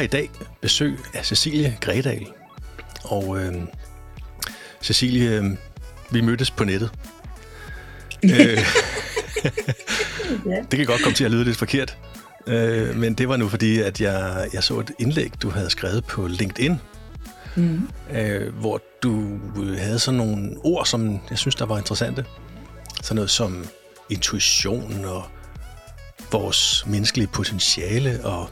i dag besøg af Cecilie Gredal. Og Cecilie, vi mødtes på nettet. Det kan godt komme til at lyde lidt forkert. Men det var nu fordi, at jeg så et indlæg, du havde skrevet på LinkedIn, hvor du havde sådan nogle ord, som jeg synes, der var interessante. Sådan noget som intuition og vores menneskelige potentiale, og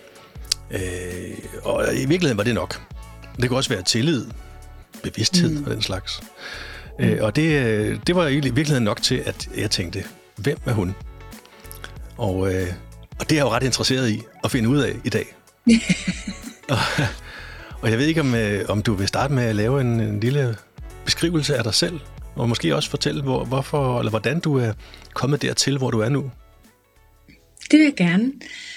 i virkeligheden var det nok. Det kunne også være tillid, bevidsthed og den slags. Og det var i virkeligheden nok til, at jeg tænkte, hvem er hun? Og det er jeg jo ret interesseret i at finde ud af i dag. Og jeg ved ikke, om du vil starte med at lave en lille beskrivelse af dig selv, og måske også fortælle, hvorfor eller hvordan du er kommet dertil, hvor du er nu. Det vil jeg gerne.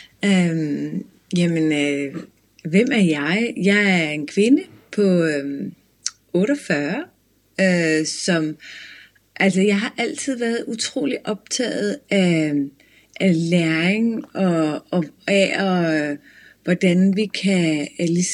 Hvem er jeg? Jeg er en kvinde på 48, som... Altså, jeg har altid været utrolig optaget af læring og af, hvordan vi kan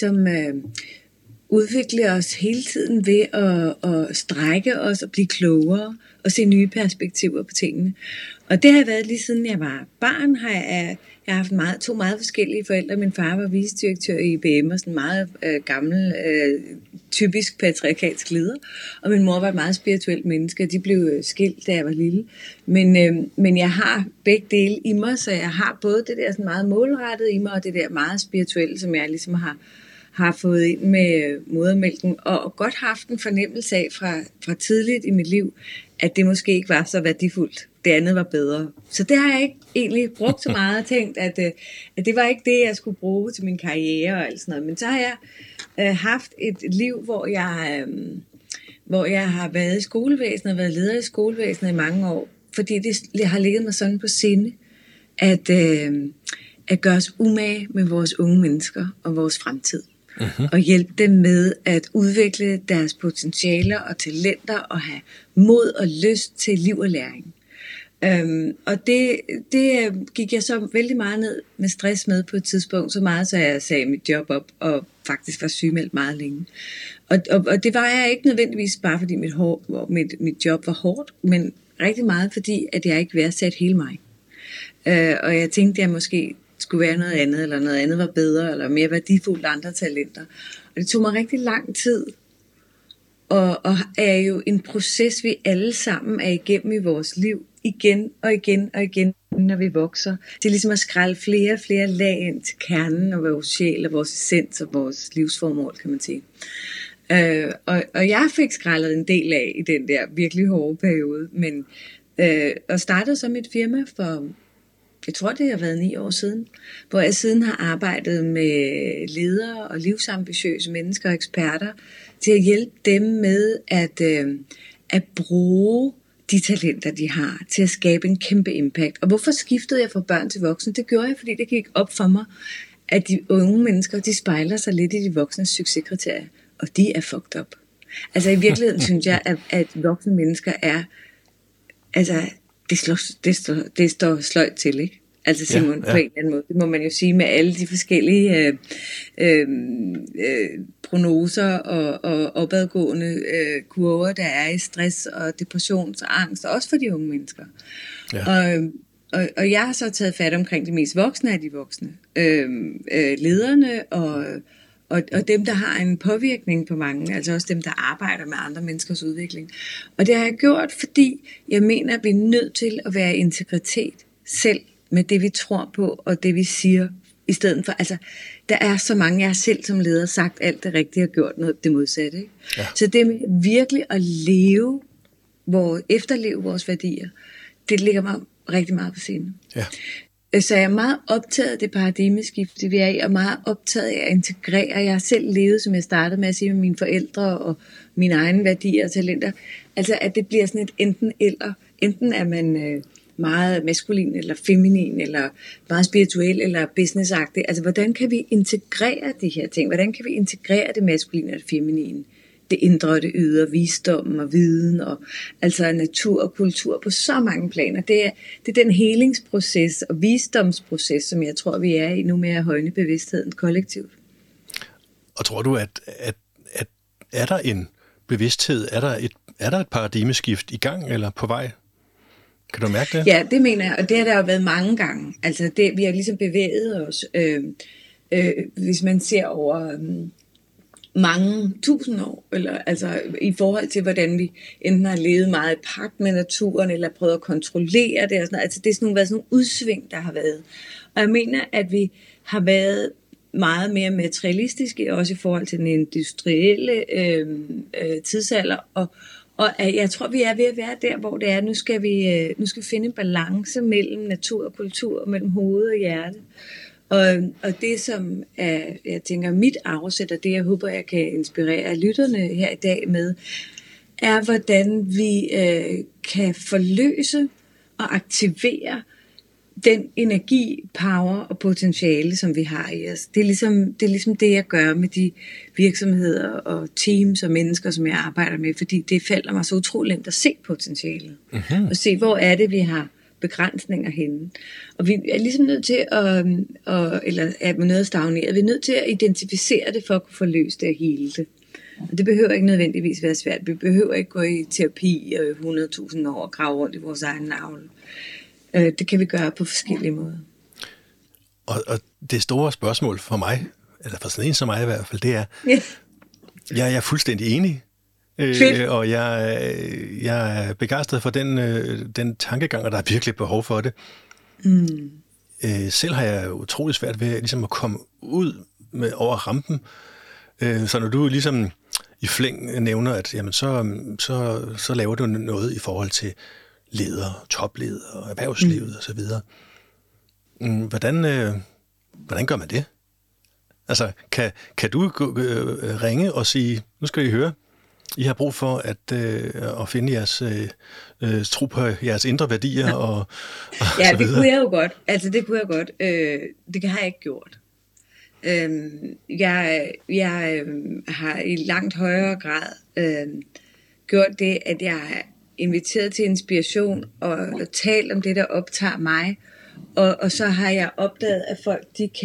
udvikle os hele tiden ved at strække os og blive klogere og se nye perspektiver på tingene. Og det har været lige siden jeg var barn. Jeg har haft to meget forskellige forældre. Min far var vicedirektør i IBM og sådan meget gammel, typisk patriarkalsk leder. Og min mor var et meget spirituelt menneske, og de blev skilt, da jeg var lille. Men jeg har begge dele i mig, så jeg har både det der sådan meget målrettet i mig, og det der meget spirituelle, som jeg ligesom har fået ind med modermælken, og godt haft en fornemmelse af fra tidligt i mit liv, at det måske ikke var så værdifuldt. Det andet var bedre. Så det har jeg ikke egentlig brugt så meget og tænkt, at det var ikke det, jeg skulle bruge til min karriere og alt sådan noget. Men så har jeg haft et liv, hvor jeg har været i skolevæsenet og været leder i skolevæsenet i mange år, fordi det har ligget mig sådan på sinde, at gøre os umage med vores unge mennesker og vores fremtid. Og hjælpe dem med at udvikle deres potentialer og talenter og have mod og lyst til liv og læring. Og det gik jeg så vældig meget ned med stress med på et tidspunkt, så meget så jeg sagde mit job op og faktisk var sygemeldt meget længe. Og det var jeg ikke nødvendigvis bare fordi mit job var hårdt, men rigtig meget fordi at jeg ikke værdsatte hele mig. Og jeg tænkte, at jeg måske skulle være noget andet, eller noget andet var bedre, eller mere værdifuldt andre talenter. Og det tog mig rigtig lang tid, og er jo en proces, vi alle sammen er igennem i vores liv, igen og igen og igen, når vi vokser. Det er ligesom at skrælle flere og flere lag ind til kernen af vores sjæl, og vores essens og vores livsformål, kan man sige. Og jeg fik skrællet en del af i den der virkelig hårde periode, og startede som et firma for... Jeg tror, det har været 9 år siden, hvor jeg siden har arbejdet med ledere og livsambitiøse mennesker og eksperter til at hjælpe dem med at bruge de talenter, de har, til at skabe en kæmpe impact. Og hvorfor skiftede jeg fra børn til voksne? Det gjorde jeg, fordi det gik op for mig, at de unge mennesker, de spejler sig lidt i de voksnes succeskriterier, og de er fucked up. Altså i virkeligheden synes jeg, at voksne mennesker er... Altså, det står sløjt til, ikke? Altså Simon, på en eller anden måde. Det må man jo sige med alle de forskellige prognoser og opadgående kurver, der er i stress og depression og angst, og også for de unge mennesker. Ja. Og jeg har så taget fat omkring de mest voksne af de voksne. Lederne og dem, der har en påvirkning på mange, altså også dem, der arbejder med andre menneskers udvikling. Og det har jeg gjort, fordi jeg mener, at vi er nødt til at være i integritet selv med det, vi tror på, og det, vi siger, i stedet for, altså, der er så mange, jeg har selv som leder sagt alt det rigtige og gjort noget det modsatte, ikke? Ja. Så det med virkelig at efterleve vores værdier, det ligger mig rigtig meget på scenen. Ja. Så jeg er meget optaget af det paradigmeskifte, vi er i, og meget optaget af at integrere. Jeg har selv levet, som jeg startede med at sige, med mine forældre og mine egne værdier og talenter. Altså, at det bliver sådan et enten-eller. Enten er man meget maskulin eller feminin, eller meget spirituel eller businessagtig. Altså, hvordan kan vi integrere de her ting? Hvordan kan vi integrere det maskuline og det feminine? det indre og det ydre, visdommen og viden, og altså natur og kultur på så mange planer. Det er den helingsproces og visdomsproces, som jeg tror, vi er i nu med at højne bevidstheden kollektivt. Og tror du, at er der en bevidsthed, er der et paradigmeskift i gang eller på vej? Kan du mærke det? Ja, det mener jeg, og det har der jo været mange gange. Altså vi har ligesom bevæget os, hvis man ser over mange tusind år, eller altså i forhold til, hvordan vi enten har levet meget i pagt med naturen, eller prøvet at kontrollere det, og sådan noget. Altså det er sådan været sådan nogle udsving, der har været. Og jeg mener, at vi har været meget mere materialistiske, også i forhold til den industrielle tidsalder, og jeg tror, vi er ved at være der, hvor det er, nu skal vi finde en balance mellem natur og kultur, mellem hoved og hjerte. Og det, som jeg tænker, mit afsæt, og det, jeg håber, jeg kan inspirere lytterne her i dag med, er, hvordan vi kan forløse og aktivere den energi, power og potentiale, som vi har i os. Det er ligesom det, jeg gør med de virksomheder og teams og mennesker, som jeg arbejder med, fordi det falder mig så utroligt nemt at se potentialet. Mm-hmm. Og se, hvor er det, vi har begrænsninger henne. Og vi er ligesom nødt til eller er vi nødt stagneret, vi er nødt til at identificere det, for at kunne forløse det og hele det. Og det behøver ikke nødvendigvis være svært. Vi behøver ikke gå i terapi 100.000 år og grave rundt i vores egen navle. Det kan vi gøre på forskellige måder. Og det store spørgsmål for mig, eller for sådan en som mig i hvert fald, det er, jeg er fuldstændig enig, og jeg er begejstret for den tankegang, og der er virkelig behov for det. Mm. Selv har jeg utrolig svært ved ligesom at komme ud over rampen, så når du ligesom i flæng nævner, at jamen, så laver du noget i forhold til ledere, topledere, erhvervslivet osv. Hvordan gør man det? Altså, kan du ringe og sige, nu skal I høre, I har brug for at finde jeres tro på jeres indre værdier og ja, det kunne jeg jo godt. Altså, det kunne jeg godt. Det har jeg ikke gjort. Jeg har i langt højere grad gjort det, at jeg har inviteret til inspiration og talt om det, der optager mig. Og så har jeg opdaget, at folk,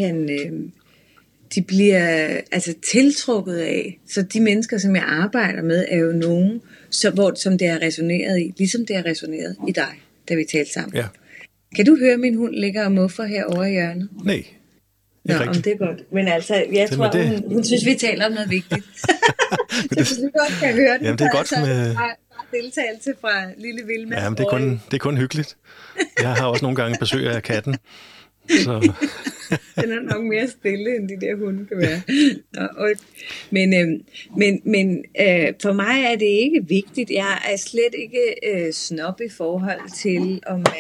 de bliver altså tiltrukket af. Så de mennesker, som jeg arbejder med, er jo nogen, som det har resoneret i, ligesom det har resoneret i dig, da vi talte sammen. Ja. Kan du høre, min hund ligger og muffer herovre i hjørnet? Nej. Det er godt. Men altså, jeg tror, hun synes, vi taler om noget vigtigt. Så hvis du godt kan høre det, jamen, det er godt med deltagelse fra lille Vilma. Jamen, det er kun hyggeligt. Jeg har også nogle gange besøg af katten. Så. Den er nok mere stille, end de der hunde kan være. Men for mig er det ikke vigtigt. Jeg er slet ikke snob i forhold til,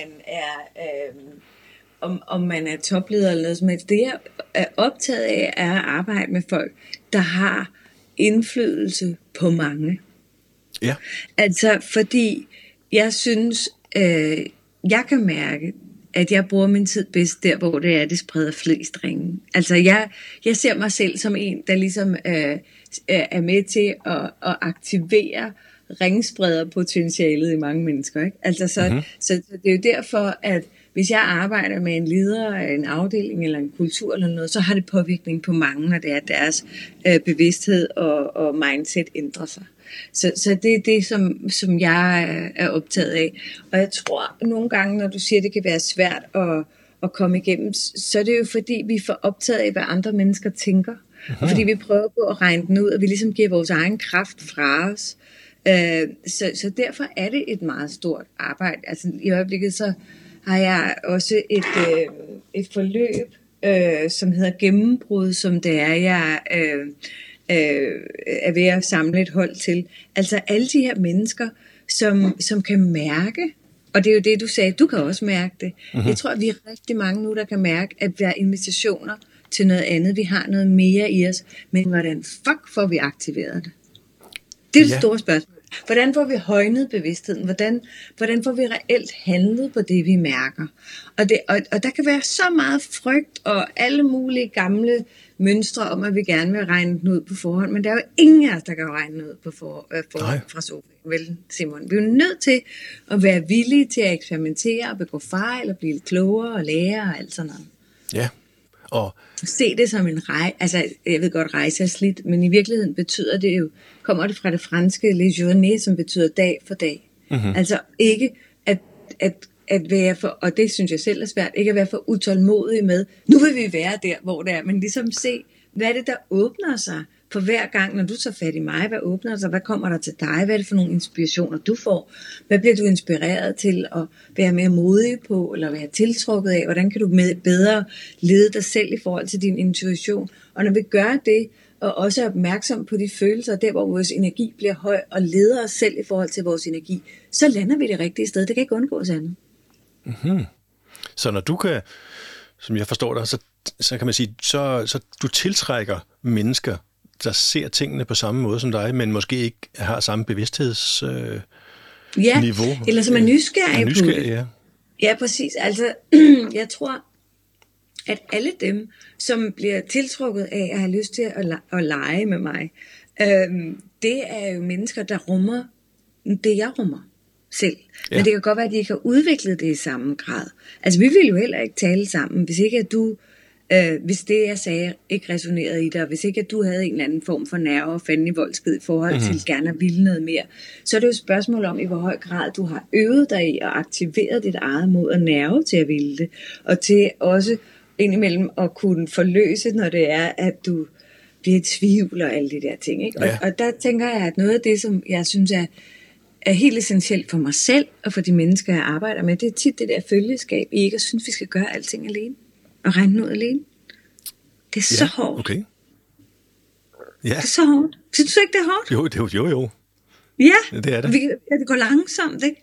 om man er topleder eller noget som helst. Det, jeg er optaget af, er at arbejde med folk, der har indflydelse på mange. Ja. Altså, fordi jeg synes, jeg kan mærke, at jeg bruger min tid bedst der, hvor det spreder flest ringe. Altså, jeg ser mig selv som en, der ligesom er med til at aktivere ringsprederpotentialet i mange mennesker. Ikke? Altså, så det er jo derfor, at hvis jeg arbejder med en leder af en afdeling eller en kultur eller noget, så har det påvirkning på mange, og det er deres bevidsthed og mindset ændrer sig. Så det er det, som jeg er optaget af. Og jeg tror nogle gange, når du siger, at det kan være svært at komme igennem, så er det jo fordi, vi får optaget af, hvad andre mennesker tænker. Aha. Og fordi vi prøver på at regne den ud, og vi ligesom giver vores egen kraft fra os. Så derfor er det et meget stort arbejde. Altså i øjeblikket så har jeg også et forløb, som hedder Gennembrud, som det er, jeg er ved at samle et hold til. Altså alle de her mennesker, som kan mærke, og det er jo det, du sagde, du kan også mærke det. Uh-huh. Jeg tror, at vi er rigtig mange nu, der kan mærke, at der er invitationer til noget andet. Vi har noget mere i os, men hvordan fuck får vi aktiveret det? Det er det store spørgsmål. Hvordan får vi højnet bevidstheden? Hvordan får vi reelt handlet på det, vi mærker? Og der kan være så meget frygt og alle mulige gamle mønstre om, at vi gerne vil regne den ud på forhånd, men der er jo ingen af os, der kan regne den ud på forhånd fra sofaen. Vel, Simon? Vi er jo nødt til at være villige til at eksperimentere og begå fejl og blive lidt klogere og lære og alt sådan noget. Ja, og se det som en rejse, altså jeg ved godt, rejse er slidt, men i virkeligheden betyder det jo, kommer det fra det franske les journées, som betyder dag for dag. Mm-hmm. Altså ikke at være for, og det synes jeg selv er svært, ikke at være for utålmodig med, nu vil vi være der, hvor det er, men ligesom se, hvad er det, der åbner sig for hver gang, når du tager fat i mig, hvad åbner sig, hvad kommer der til dig, hvad er det for nogle inspirationer, du får, hvad bliver du inspireret til at være mere modig på, eller være tiltrukket af, hvordan kan du bedre lede dig selv i forhold til din intuition, og når vi gør det, og også er opmærksom på de følelser, der hvor vores energi bliver høj, og leder os selv i forhold til vores energi, så lander vi det rigtige sted, det kan ikke undgås andet. Mm-hmm. Så når du kan, som jeg forstår dig, så kan man sige, så du tiltrækker mennesker, der ser tingene på samme måde som dig, men måske ikke har samme bevidsthedsniveau. Eller som er nysgerrige på det. Ja. Ja, præcis. Altså, jeg tror, at alle dem, som bliver tiltrukket af at have lyst til at lege med mig, det er jo mennesker, der rummer det, jeg rummer selv. Ja. Men det kan godt være, at de ikke har udviklet det i samme grad. Altså, vi ville jo heller ikke tale sammen, hvis ikke at du, hvis det, jeg sagde, ikke resonerede i dig, og hvis ikke at du havde en eller anden form for nerve og fanden i voldsked i forhold til gerne at ville noget mere, så er det jo et spørgsmål om, i hvor høj grad du har øvet dig i og aktiveret dit eget mod og nerve til at ville det, og til også indimellem at kunne forløse, når det er, at du bliver i tvivl og alle de der ting. Ikke? Ja. Og der tænker jeg, at noget af det, som jeg synes er helt essentielt for mig selv og for de mennesker, jeg arbejder med, det er tit det der følgeskab, I ikke at synes, vi skal gøre alting alene og regne ud alene. Det er så hårdt. Okay. Ja. Det er så hårdt. Synes du ikke, det er hårdt? Jo. Ja, det er det. Det går langsomt, ikke?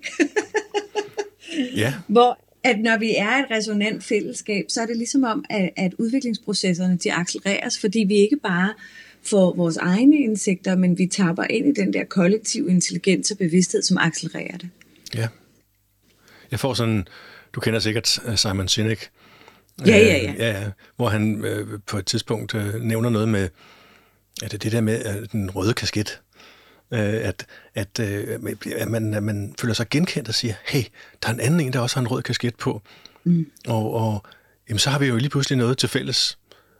Ja. Hvor at når vi er et resonant fællesskab, så er det ligesom om, at udviklingsprocesserne de accelereres, fordi vi ikke bare får vores egne indsigter, men vi tapper ind i den der kollektive intelligens og bevidsthed, som accelererer det. Ja. Jeg får sådan, du kender sikkert Simon Sinek. Ja. Hvor han på et tidspunkt nævner noget med, at det der med den røde kasket, at man føler sig genkendt og siger, hey, der er en anden en, der også har en rød kasket på. Mm. Og jamen, så har vi jo lige pludselig noget til fælles.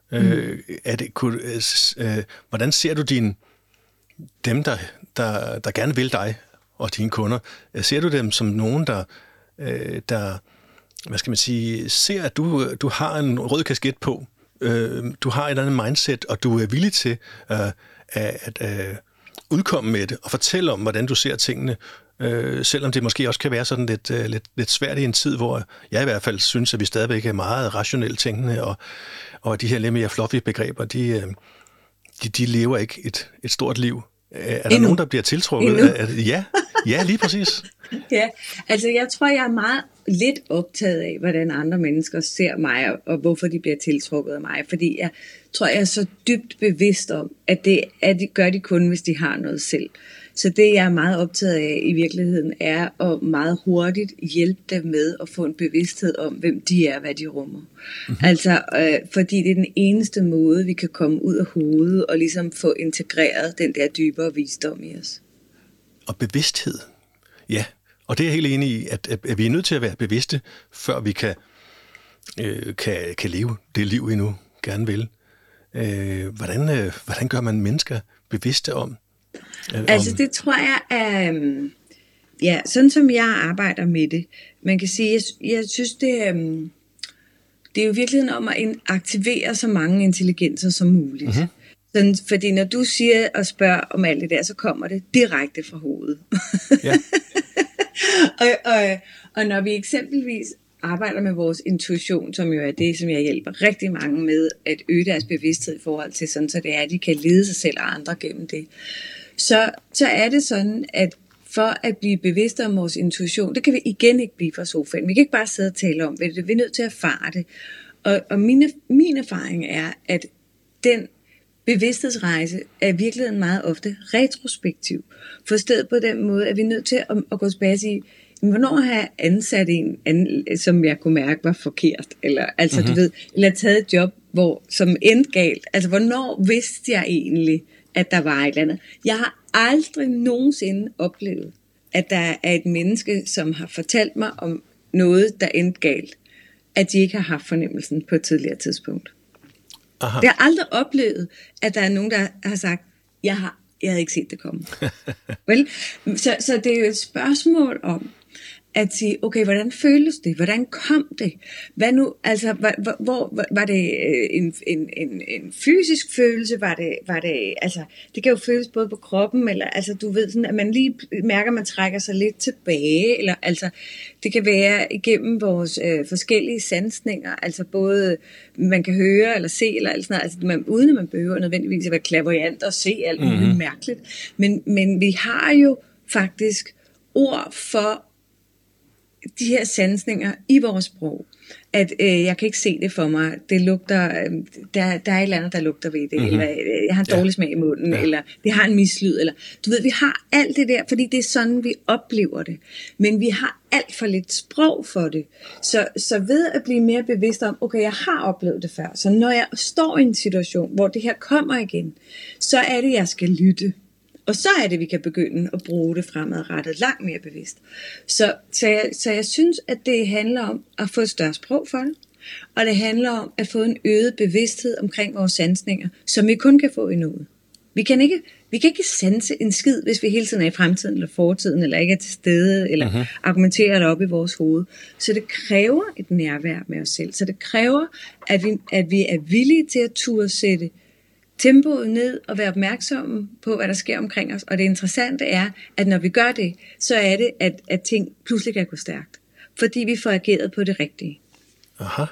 Hvordan ser du dem, der gerne vil dig og dine kunder? Ser du dem som nogen, der hvad skal man sige, ser, at du har en rød kasket på, du har et eller andet mindset, og du er villig til at udkomme med det og fortælle om, hvordan du ser tingene, selvom det måske også kan være sådan lidt svært i en tid, hvor jeg i hvert fald synes, at vi stadigvæk er meget rationelt tænkende, og de her lidt mere fluffy begreber, de lever ikke et stort liv. Er der nogen, der bliver tiltrukket? Ja, lige præcis. Ja, altså jeg tror, jeg er meget lidt optaget af, hvordan andre mennesker ser mig, og hvorfor de bliver tiltrukket af mig. Fordi jeg tror, jeg er så dybt bevidst om, at det gør de kun, hvis de har noget selv. Så det, jeg er meget optaget af i virkeligheden, er at meget hurtigt hjælpe dem med at få en bevidsthed om, hvem de er, hvad de rummer. Mm-hmm. Altså, fordi det er den eneste måde, vi kan komme ud af hovedet og ligesom få integreret den der dybere visdom i os. Og bevidsthed, ja. Og det er jeg helt enig i, at vi er nødt til at være bevidste, før vi kan leve det liv, vi nu gerne vil. Hvordan gør man mennesker bevidste om? Altså det tror jeg er, sådan som jeg arbejder med det. Man kan sige, jeg synes det er jo virkeligheden om at aktivere så mange intelligenser som muligt. Mm-hmm. Sådan, fordi når du siger og spørger om alt det der, så kommer det direkte fra hovedet. Ja. og når vi eksempelvis arbejder med vores intuition, som jo er det, som jeg hjælper rigtig mange med, at øge deres bevidsthed i forhold til, sådan, så det er, at de kan lede sig selv og andre gennem det, så er det sådan, at for at blive bevidste om vores intuition, det kan vi igen ikke blive fra sofaen. Vi kan ikke bare sidde og tale om det. Vi er nødt til at erfare det. Og min erfaring er, at den bevidsthedsrejse er i virkeligheden meget ofte retrospektiv. Forstået på den måde, at vi er nødt til at gå tilbage og sige, hvornår har jeg ansat en, som jeg kunne mærke var forkert? Eller, altså, du ved, eller taget et job, som endte galt. Altså, hvornår vidste jeg egentlig, at der var et eller andet? Jeg har aldrig nogensinde oplevet, at der er et menneske, som har fortalt mig om noget, der endte galt, at de ikke har haft fornemmelsen på et tidligere tidspunkt. Aha. Jeg har aldrig oplevet, at der er nogen, der har sagt, jeg havde ikke set det komme. Vel? Så det er jo et spørgsmål om, at sige, okay, hvordan føles det? Hvordan kom det? Hvad nu, altså, hvor var det en fysisk følelse? Var det, altså, det kan jo føles både på kroppen, eller, altså, du ved sådan, at man lige mærker, at man trækker sig lidt tilbage, eller, altså, det kan være igennem vores forskellige sansninger, altså både, man kan høre, eller se, eller alt sådan noget, altså, uden at man behøver nødvendigvis at være clairvoyant og se alt muligt mærkeligt. Men vi har jo faktisk ord for de her sansninger i vores sprog, at jeg kan ikke se det for mig, det lugter, der er et eller andet, der lugter ved det, eller jeg har en dårlig smag i munden, eller det har en mislyd, eller du ved, vi har alt det der, fordi det er sådan, vi oplever det, men vi har alt for lidt sprog for det, så ved at blive mere bevidst om, okay, jeg har oplevet det før, så når jeg står i en situation, hvor det her kommer igen, så er det, jeg skal lytte. Og så er det, vi kan begynde at bruge det fremadrettet langt mere bevidst. Så jeg synes, at det handler om at få et større sprog for det. Og det handler om at få en øget bevidsthed omkring vores sansninger, som vi kun kan få i nuet. Vi kan ikke sanse en skid, hvis vi hele tiden er i fremtiden eller fortiden, eller ikke er til stede, eller argumenterer det op i vores hoved. Så det kræver et nærvær med os selv. Så det kræver, at vi er villige til at turde sætte tempoet ned og være opmærksomme på, hvad der sker omkring os. Og det interessante er, at når vi gør det, så er det, at ting pludselig kan gå stærkt. Fordi vi får ageret på det rigtige. Aha.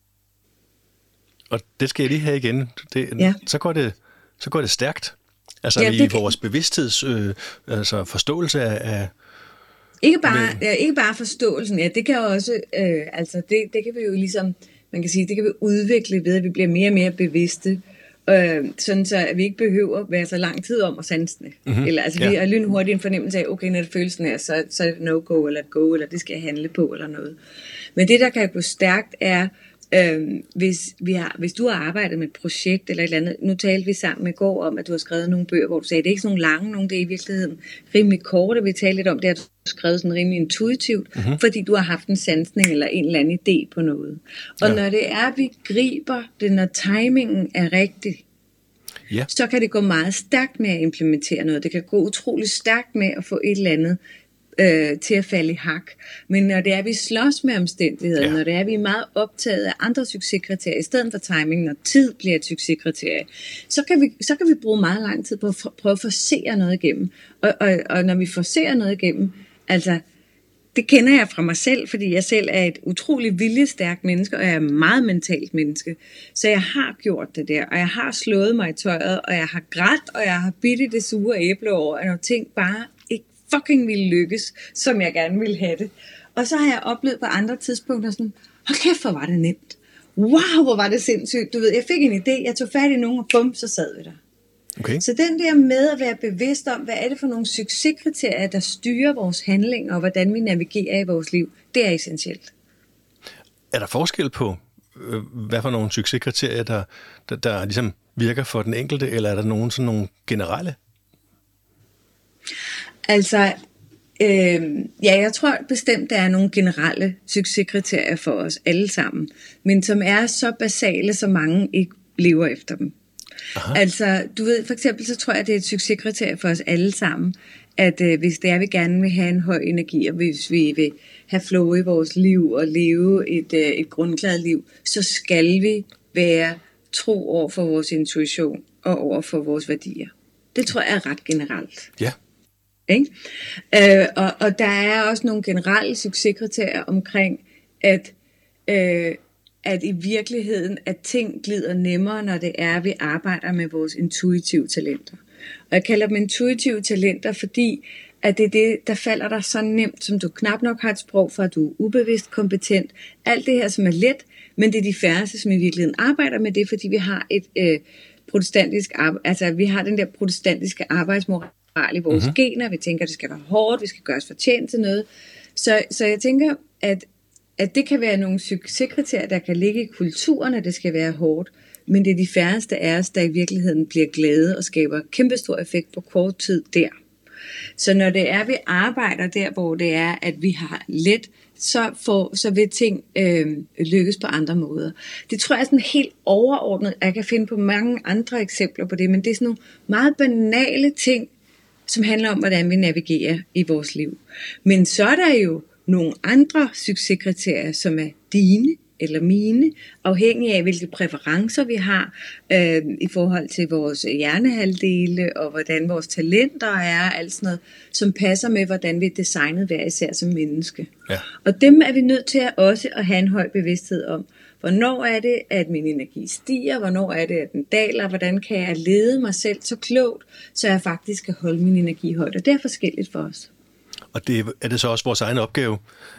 Og det skal jeg lige have igen. Så går det stærkt. Altså i vores bevidstheds altså forståelse af... Ikke bare forståelsen, ja, det kan også, altså det kan vi jo ligesom, man kan sige, det kan vi udvikle ved, at vi bliver mere og mere bevidste, sådan så at vi ikke behøver at være så lang tid om at sanse det. Eller altså vi har lynhurtigt en fornemmelse af, okay, når det føles sådan her, så er det no-go, eller et go, eller det skal jeg handle på, eller noget. Men det, der kan gå stærkt, er, hvis du har arbejdet med et projekt eller et eller andet, nu talte vi sammen i går om, at du har skrevet nogle bøger, hvor du sagde, det er ikke sådan nogle lange, nogle det er i virkeligheden rimelig korte, vi talte lidt om det, at du har skrevet sådan rimelig intuitivt, fordi du har haft en sansning eller en eller anden idé på noget. Og når det er, vi griber det, når timingen er rigtig, så kan det gå meget stærkt med at implementere noget. Det kan gå utrolig stærkt med at få et eller andet til at falde i hak. Men når det er, vi slås med omstændigheder, når det er, vi er meget optaget af andre succeskriterier, i stedet for timing, når tid bliver et succeskriterie, så kan vi bruge meget lang tid på at prøve at forsere noget igennem. Og når vi forserer noget igennem, altså, det kender jeg fra mig selv, fordi jeg selv er et utroligt viljestærkt menneske, og jeg er et meget mentalt menneske. Så jeg har gjort det der, og jeg har slået mig i tøjet, og jeg har grædt, og jeg har bidt i det sure æble over, at når ting bare ikke fucking ville lykkes, som jeg gerne ville have det. Og så har jeg oplevet på andre tidspunkter sådan, hold kæft, hvor var det nemt. Wow, hvor var det sindssygt. Du ved, jeg fik en idé, jeg tog fat i nogen, og bum, så sad vi der. Okay. Så den der med at være bevidst om, hvad er det for nogle succeskriterier, der styrer vores handlinger, og hvordan vi navigerer i vores liv, det er essentielt. Er der forskel på, hvad for nogle succeskriterier, der ligesom virker for den enkelte, eller er der nogle generelle? Altså, jeg tror bestemt, der er nogle generelle succeskriterier for os alle sammen, men som er så basale, så mange ikke lever efter dem. Aha. Altså, du ved, for eksempel, så tror jeg, det er et succeskriterie for os alle sammen, at hvis det er, vi gerne vil have en høj energi, og hvis vi vil have flow i vores liv, og leve et grundklaret liv, så skal vi være tro over for vores intuition, og over for vores værdier. Det tror jeg er ret generelt. Ja. Ikke? Og der er også nogle generelle succeskriterier omkring, at i virkeligheden, at ting glider nemmere, når det er, at vi arbejder med vores intuitive talenter. Og jeg kalder dem intuitive talenter, fordi at det er det, der falder dig så nemt, som du knap nok har et sprog for, at du er ubevidst kompetent. Alt det her, som er let, men det er de færreste, som i virkeligheden arbejder med det, fordi vi har vi har den der protestantiske arbejdsmoral i vores gener. Vi tænker, at det skal være hårdt, vi skal gøre os fortjent til noget. Så jeg tænker, at det kan være nogle succeskriterier, der kan ligge i kulturen, at det skal være hårdt. men det er de færreste af os, der i virkeligheden bliver glade og skaber kæmpestor effekt på kort tid der. Så når det er, vi arbejder der, hvor det er, at vi har let, så vil ting lykkes på andre måder. Det tror jeg er sådan helt overordnet. Jeg kan finde på mange andre eksempler på det, men det er sådan nogle meget banale ting, som handler om, hvordan vi navigerer i vores liv. Men så er der jo nogle andre succeskriterier, som er dine eller mine, afhængig af, hvilke præferencer vi har i forhold til vores hjernehalvdele, og hvordan vores talenter er, alt sådan noget, som passer med, hvordan vi er designet hver især som menneske. Ja. Og dem er vi nødt til også at have en høj bevidsthed om. Hvornår er det, at min energi stiger? Hvornår er det, at den daler? Hvordan kan jeg lede mig selv så klogt, så jeg faktisk kan holde min energi højt? Og det er forskelligt for os. Og det er det så også vores egen opgave,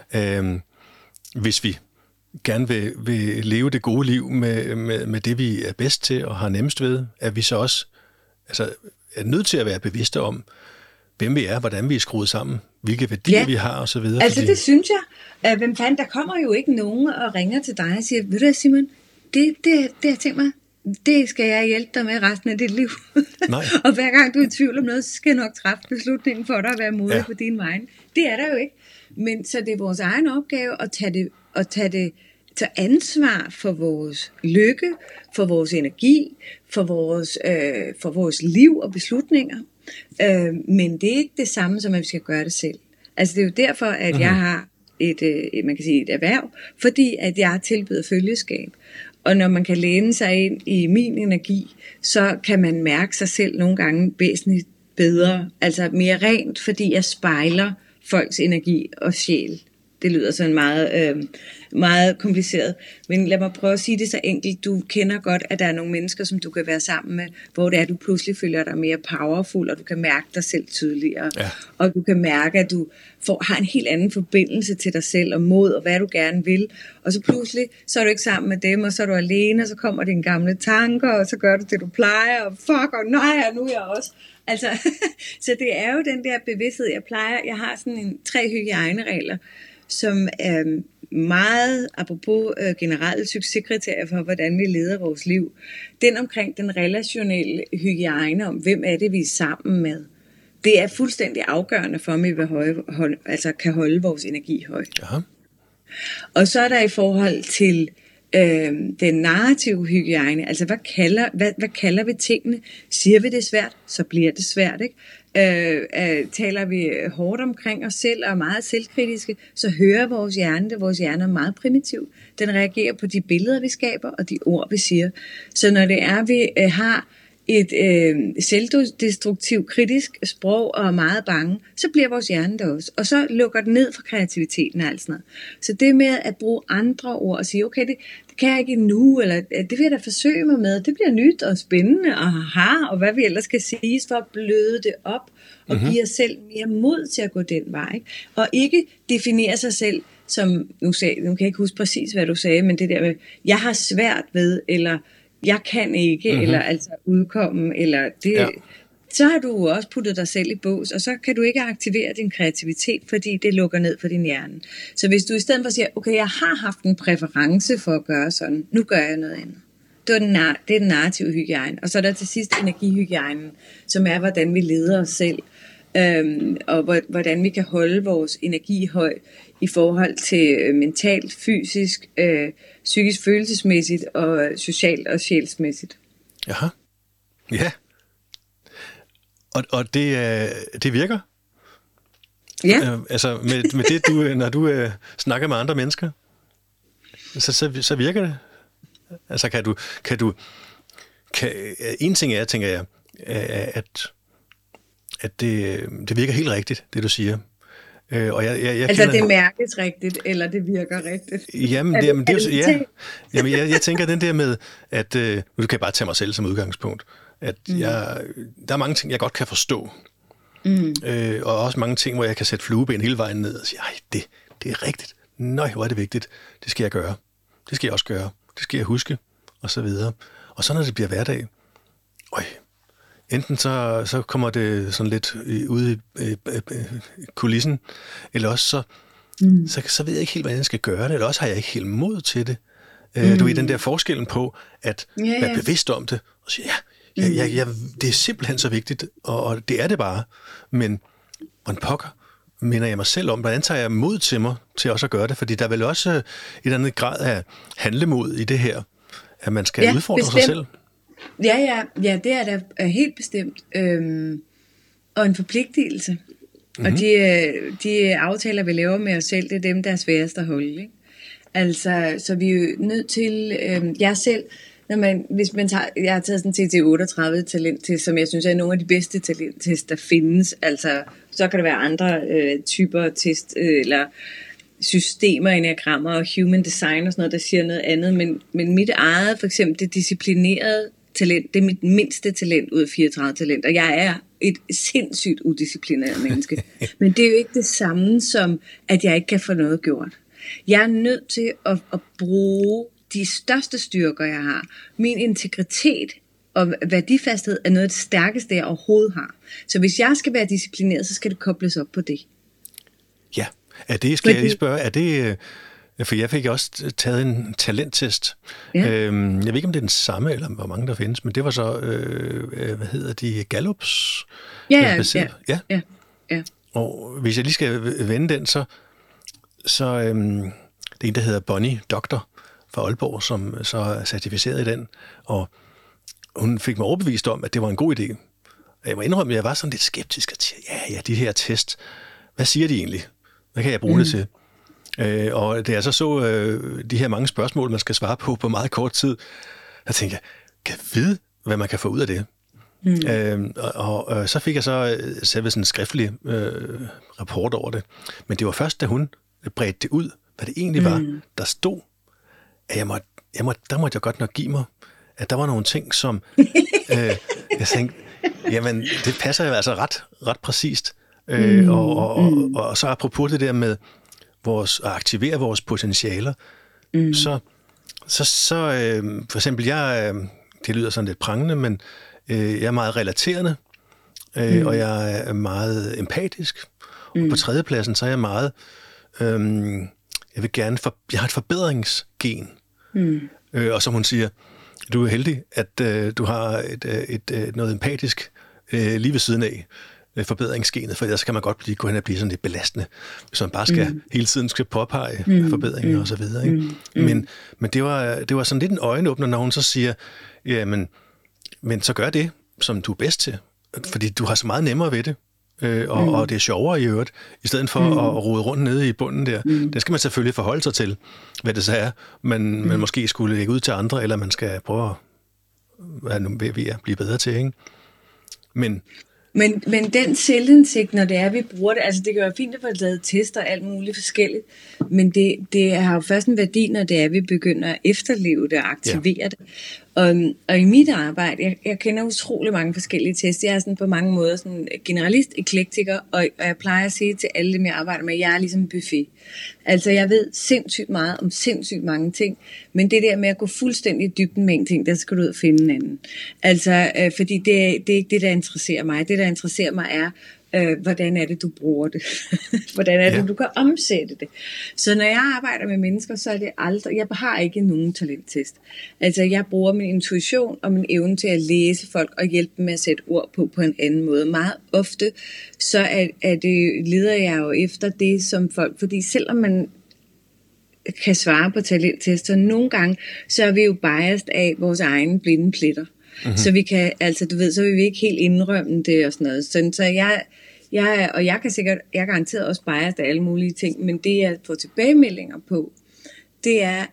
hvis vi gerne vil leve det gode liv med det, vi er bedst til og har nemmest ved, at vi så også er nødt til at være bevidste om, hvem vi er, hvordan vi er skruet sammen, hvilke værdier vi har osv. Altså det synes jeg. Hvem fanden, der kommer jo ikke nogen og ringer til dig og siger, ved du hvad, Simon, det jeg tænker mig, det skal jeg hjælpe dig med resten af dit liv. Nej. Og hver gang du er i tvivl om noget, så skal jeg nok træffe beslutningen for dig at være modig på din vej. Det er der jo ikke. Men så det er vores egen opgave at tage ansvar for vores lykke, for vores energi, for vores liv og beslutninger. Men det er ikke det samme, som at vi skal gøre det selv. Altså det er jo derfor, at jeg har et erhverv, fordi at jeg tilbyder følgeskab. Og når man kan læne sig ind i min energi, så kan man mærke sig selv nogle gange væsentligt bedre, altså mere rent, fordi jeg spejler folks energi og sjæl. Det lyder sådan meget, meget kompliceret, men lad mig prøve at sige det så enkelt. Du kender godt, at der er nogle mennesker, som du kan være sammen med, hvor det er, at du pludselig føler dig mere powerful, og du kan mærke dig selv tydeligere. Ja. Og du kan mærke, at du har en helt anden forbindelse til dig selv og mod, og hvad du gerne vil. Og så pludselig, så er du ikke sammen med dem, og så er du alene, og så kommer dine gamle tanker, og så gør du det, du plejer, og og nej, og nu er jeg også. Altså, så det er jo den der bevidsthed, jeg har sådan 3 hygiejneregler, som er meget, apropos generelle succeskriterier for, hvordan vi leder vores liv. Den omkring den relationelle hygiejne om, hvem er det, vi er sammen med. Det er fuldstændig afgørende for, om vi kan holde vores energi højt. Aha. Og så er der i forhold til den narrative hygiejne, altså hvad kalder vi tingene? Siger vi det svært, så bliver det svært, ikke? Taler vi hårdt omkring os selv og er meget selvkritiske, så hører vores hjerne det. Vores hjerne er meget primitiv. Den reagerer på de billeder, vi skaber, og de ord, vi siger. Så når det er, vi har et selvdestruktivt, kritisk sprog og er meget bange, så bliver vores hjerne det også. Og så lukker den ned for kreativiteten og alt sådan noget. Så det med at bruge andre ord og sige, okay, det kan jeg ikke endnu, eller det vil jeg da forsøge mig med, det bliver nyt og spændende, og hvad vi ellers skal sige, for at bløde det op og give os selv mere mod til at gå den vej. Ikke? Og ikke definere sig selv som, nu kan jeg ikke huske præcis, hvad du sagde, men det der med, jeg har svært ved, eller jeg kan ikke, eller altså udkomme, eller det, så har du også puttet dig selv i bås, og så kan du ikke aktivere din kreativitet, fordi det lukker ned for din hjerne. Så hvis du i stedet for siger, okay, jeg har haft en præference for at gøre sådan, nu gør jeg noget andet. Det er den narrative hygiejne. Og så er der til sidst energihygiejnen, som er, hvordan vi leder os selv, og hvordan vi kan holde vores energi høj i forhold til mentalt, fysisk, psykisk, følelsesmæssigt og socialt og sjælsmæssigt. Jaha. Ja. Og det virker? Ja. Altså med det, når du snakker med andre mennesker, så virker det? Altså en ting er, tænker jeg, at det virker helt rigtigt, det du siger. Og jeg altså det mærkes rigtigt, eller det virker rigtigt? Jeg tænker den der med, at nu kan jeg bare tage mig selv som udgangspunkt, at der er mange ting, jeg godt kan forstå. Og også mange ting, hvor jeg kan sætte flueben hele vejen ned og sige, ej, det er rigtigt. Nøj, hvor er det vigtigt. Det skal jeg gøre. Det skal jeg også gøre. Det skal jeg huske, og så videre. Og så når det bliver hverdag, enten så kommer det sådan lidt ude i kulissen, eller også så ved jeg ikke helt, hvordan jeg skal gøre det, eller også har jeg ikke helt mod til det. Du er den der forskellen på at være bevidst om det, og sige, det er simpelthen så vigtigt, og det er det bare. Men hvordan pokker minder jeg mig selv om, hvordan tager jeg mod til mig til også at gøre det? Fordi der er vel også et eller andet grad af handlemod i det her, at man skal udfordre sig selv. Ja, det er da helt bestemt. Og en forpligtelse. Mm-hmm. Og de aftaler, vi laver med os selv, det er dem, der er sværest at holde. Ikke? Altså, så vi er jo nødt til, jeg selv, hvis man tager, jeg har taget sådan en TT38 talenttest, som jeg synes er nogle af de bedste talenttest, der findes. Altså, så kan der være andre typer test, eller systemer, enagrammer og human design og sådan noget, der siger noget andet. Men mit eget, for eksempel det disciplinerede talent, det er mit mindste talent ud af 34 talenter. Jeg er et sindssygt udisciplineret menneske. Men det er jo ikke det samme som, at jeg ikke kan få noget gjort. Jeg er nødt til at bruge de største styrker, jeg har. Min integritet og værdifasthed er noget af det stærkeste, jeg overhovedet har. Så hvis jeg skal være disciplineret, så skal det kobles op på det. Ja, skal jeg lige spørge, for jeg fik også taget en talenttest. Ja. Jeg ved ikke, om det er den samme, eller hvor mange der findes, men det var så, hvad hedder de, Gallups? Ja. Og hvis jeg lige skal vende den, så det er en, der hedder Bonnie Doktor fra Aalborg, som så er certificeret i den, og hun fik mig overbevist om, at det var en god idé. Jeg må indrømme, at jeg var sådan lidt skeptisk og tænkte, de her test, hvad siger de egentlig? Hvad kan jeg bruge det til? Og da jeg så de her mange spørgsmål, man skal svare på meget kort tid, der tænkte jeg, kan jeg vide, hvad man kan få ud af det? Og så fik jeg så selv sådan en skriftlig rapport over det. Men det var først, da hun bredte det ud, hvad det egentlig var, der stod, at der måtte jeg godt nok give mig, at der var nogle ting, som jeg tænkte, jamen, det passer jo altså ret præcist. Og så apropos det der med at aktivere vores potentialer, så for eksempel, det lyder sådan lidt prangende, men jeg er meget relaterende, og jeg er meget empatisk. Og på tredjepladsen, så er jeg meget, jeg har et forbedringsgen. Og som hun siger, du er heldig, at du har noget empatisk lige ved siden af forbedringsgenet, for ellers kan man godt gå hen og blive sådan lidt belastende, hvis man bare skal hele tiden skal påpege forbedringer og så videre. Ikke? Men det var sådan lidt en øjenåbner, når hun så siger, men så gør det, som du er bedst til, fordi du har så meget nemmere ved det, og det er sjovere i øvrigt, i stedet for at rode rundt nede i bunden der. Det skal man selvfølgelig forholde sig til, hvad det så er, men man måske skulle lægge ud til andre, eller man skal prøve at blive bedre til, ikke? Men den selvindsigt, når det er, vi bruger det, altså det kan være fint at få lavet tester og alt muligt forskelligt, men det har jo først en værdi, når det er, vi begynder at efterleve det og aktivere det. Og i mit arbejde, jeg kender utrolig mange forskellige tests. Jeg er sådan på mange måder sådan generalist, eklektiker, og jeg plejer at sige til alle dem, jeg arbejder med, jeg er ligesom en buffet. Altså jeg ved sindssygt meget om sindssygt mange ting, men det der med at gå fuldstændig i dybden med en ting, der skal du ud og finde en anden. Altså, fordi det er ikke det, der interesserer mig. Det, der interesserer mig er, hvordan er det, du bruger det? Hvordan er det, du kan omsætte det? Så når jeg arbejder med mennesker, så er det aldrig, jeg har ikke nogen talenttest. Altså jeg bruger min intuition og min evne til at læse folk og hjælpe dem med at sætte ord på en anden måde. Meget ofte, så leder jeg jo efter det som folk, fordi selvom man kan svare på talenttester, nogle gange, så er vi jo biased af vores egne blinde pletter. Mm-hmm. Så vi kan, altså du ved, så vil vi ikke helt indrømme det og sådan noget. Så jeg kan sikkert, jeg er garanteret også biased af alle mulige ting, men det jeg får tilbagemeldinger på, det er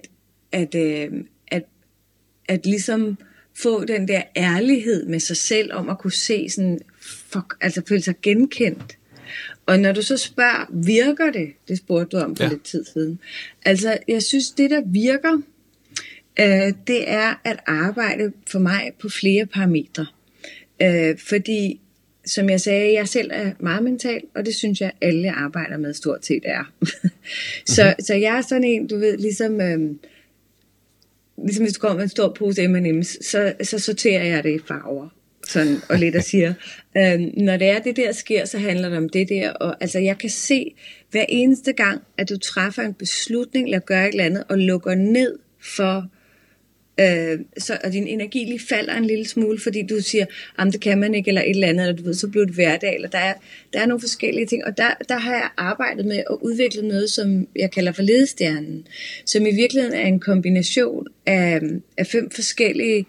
at ligesom få den der ærlighed med sig selv om at kunne se sådan, altså føle sig genkendt. Og når du så spørger, virker det? Det spurgte du om for lidt tid siden. Altså jeg synes, det der virker, det er at arbejde for mig på flere parametre. Fordi, som jeg sagde, jeg selv er meget mental, og det synes jeg, alle jeg arbejder med stort set er. Så jeg er sådan en, du ved, ligesom hvis du kommer med en stor pose M&M's, så sorterer jeg det i farver. Sådan, og lidt og siger, når det er det der sker, så handler det om det der. Og altså jeg kan se, hver eneste gang, at du træffer en beslutning, eller gør et eller andet, og lukker ned for, og din energi lige falder en lille smule, fordi du siger, det kan man ikke, eller et eller andet, eller du ved, så bliver det hverdag, eller der er nogle forskellige ting, og der har jeg arbejdet med at udvikle noget, som jeg kalder for ledestjernen, som i virkeligheden er en kombination af 5 forskellige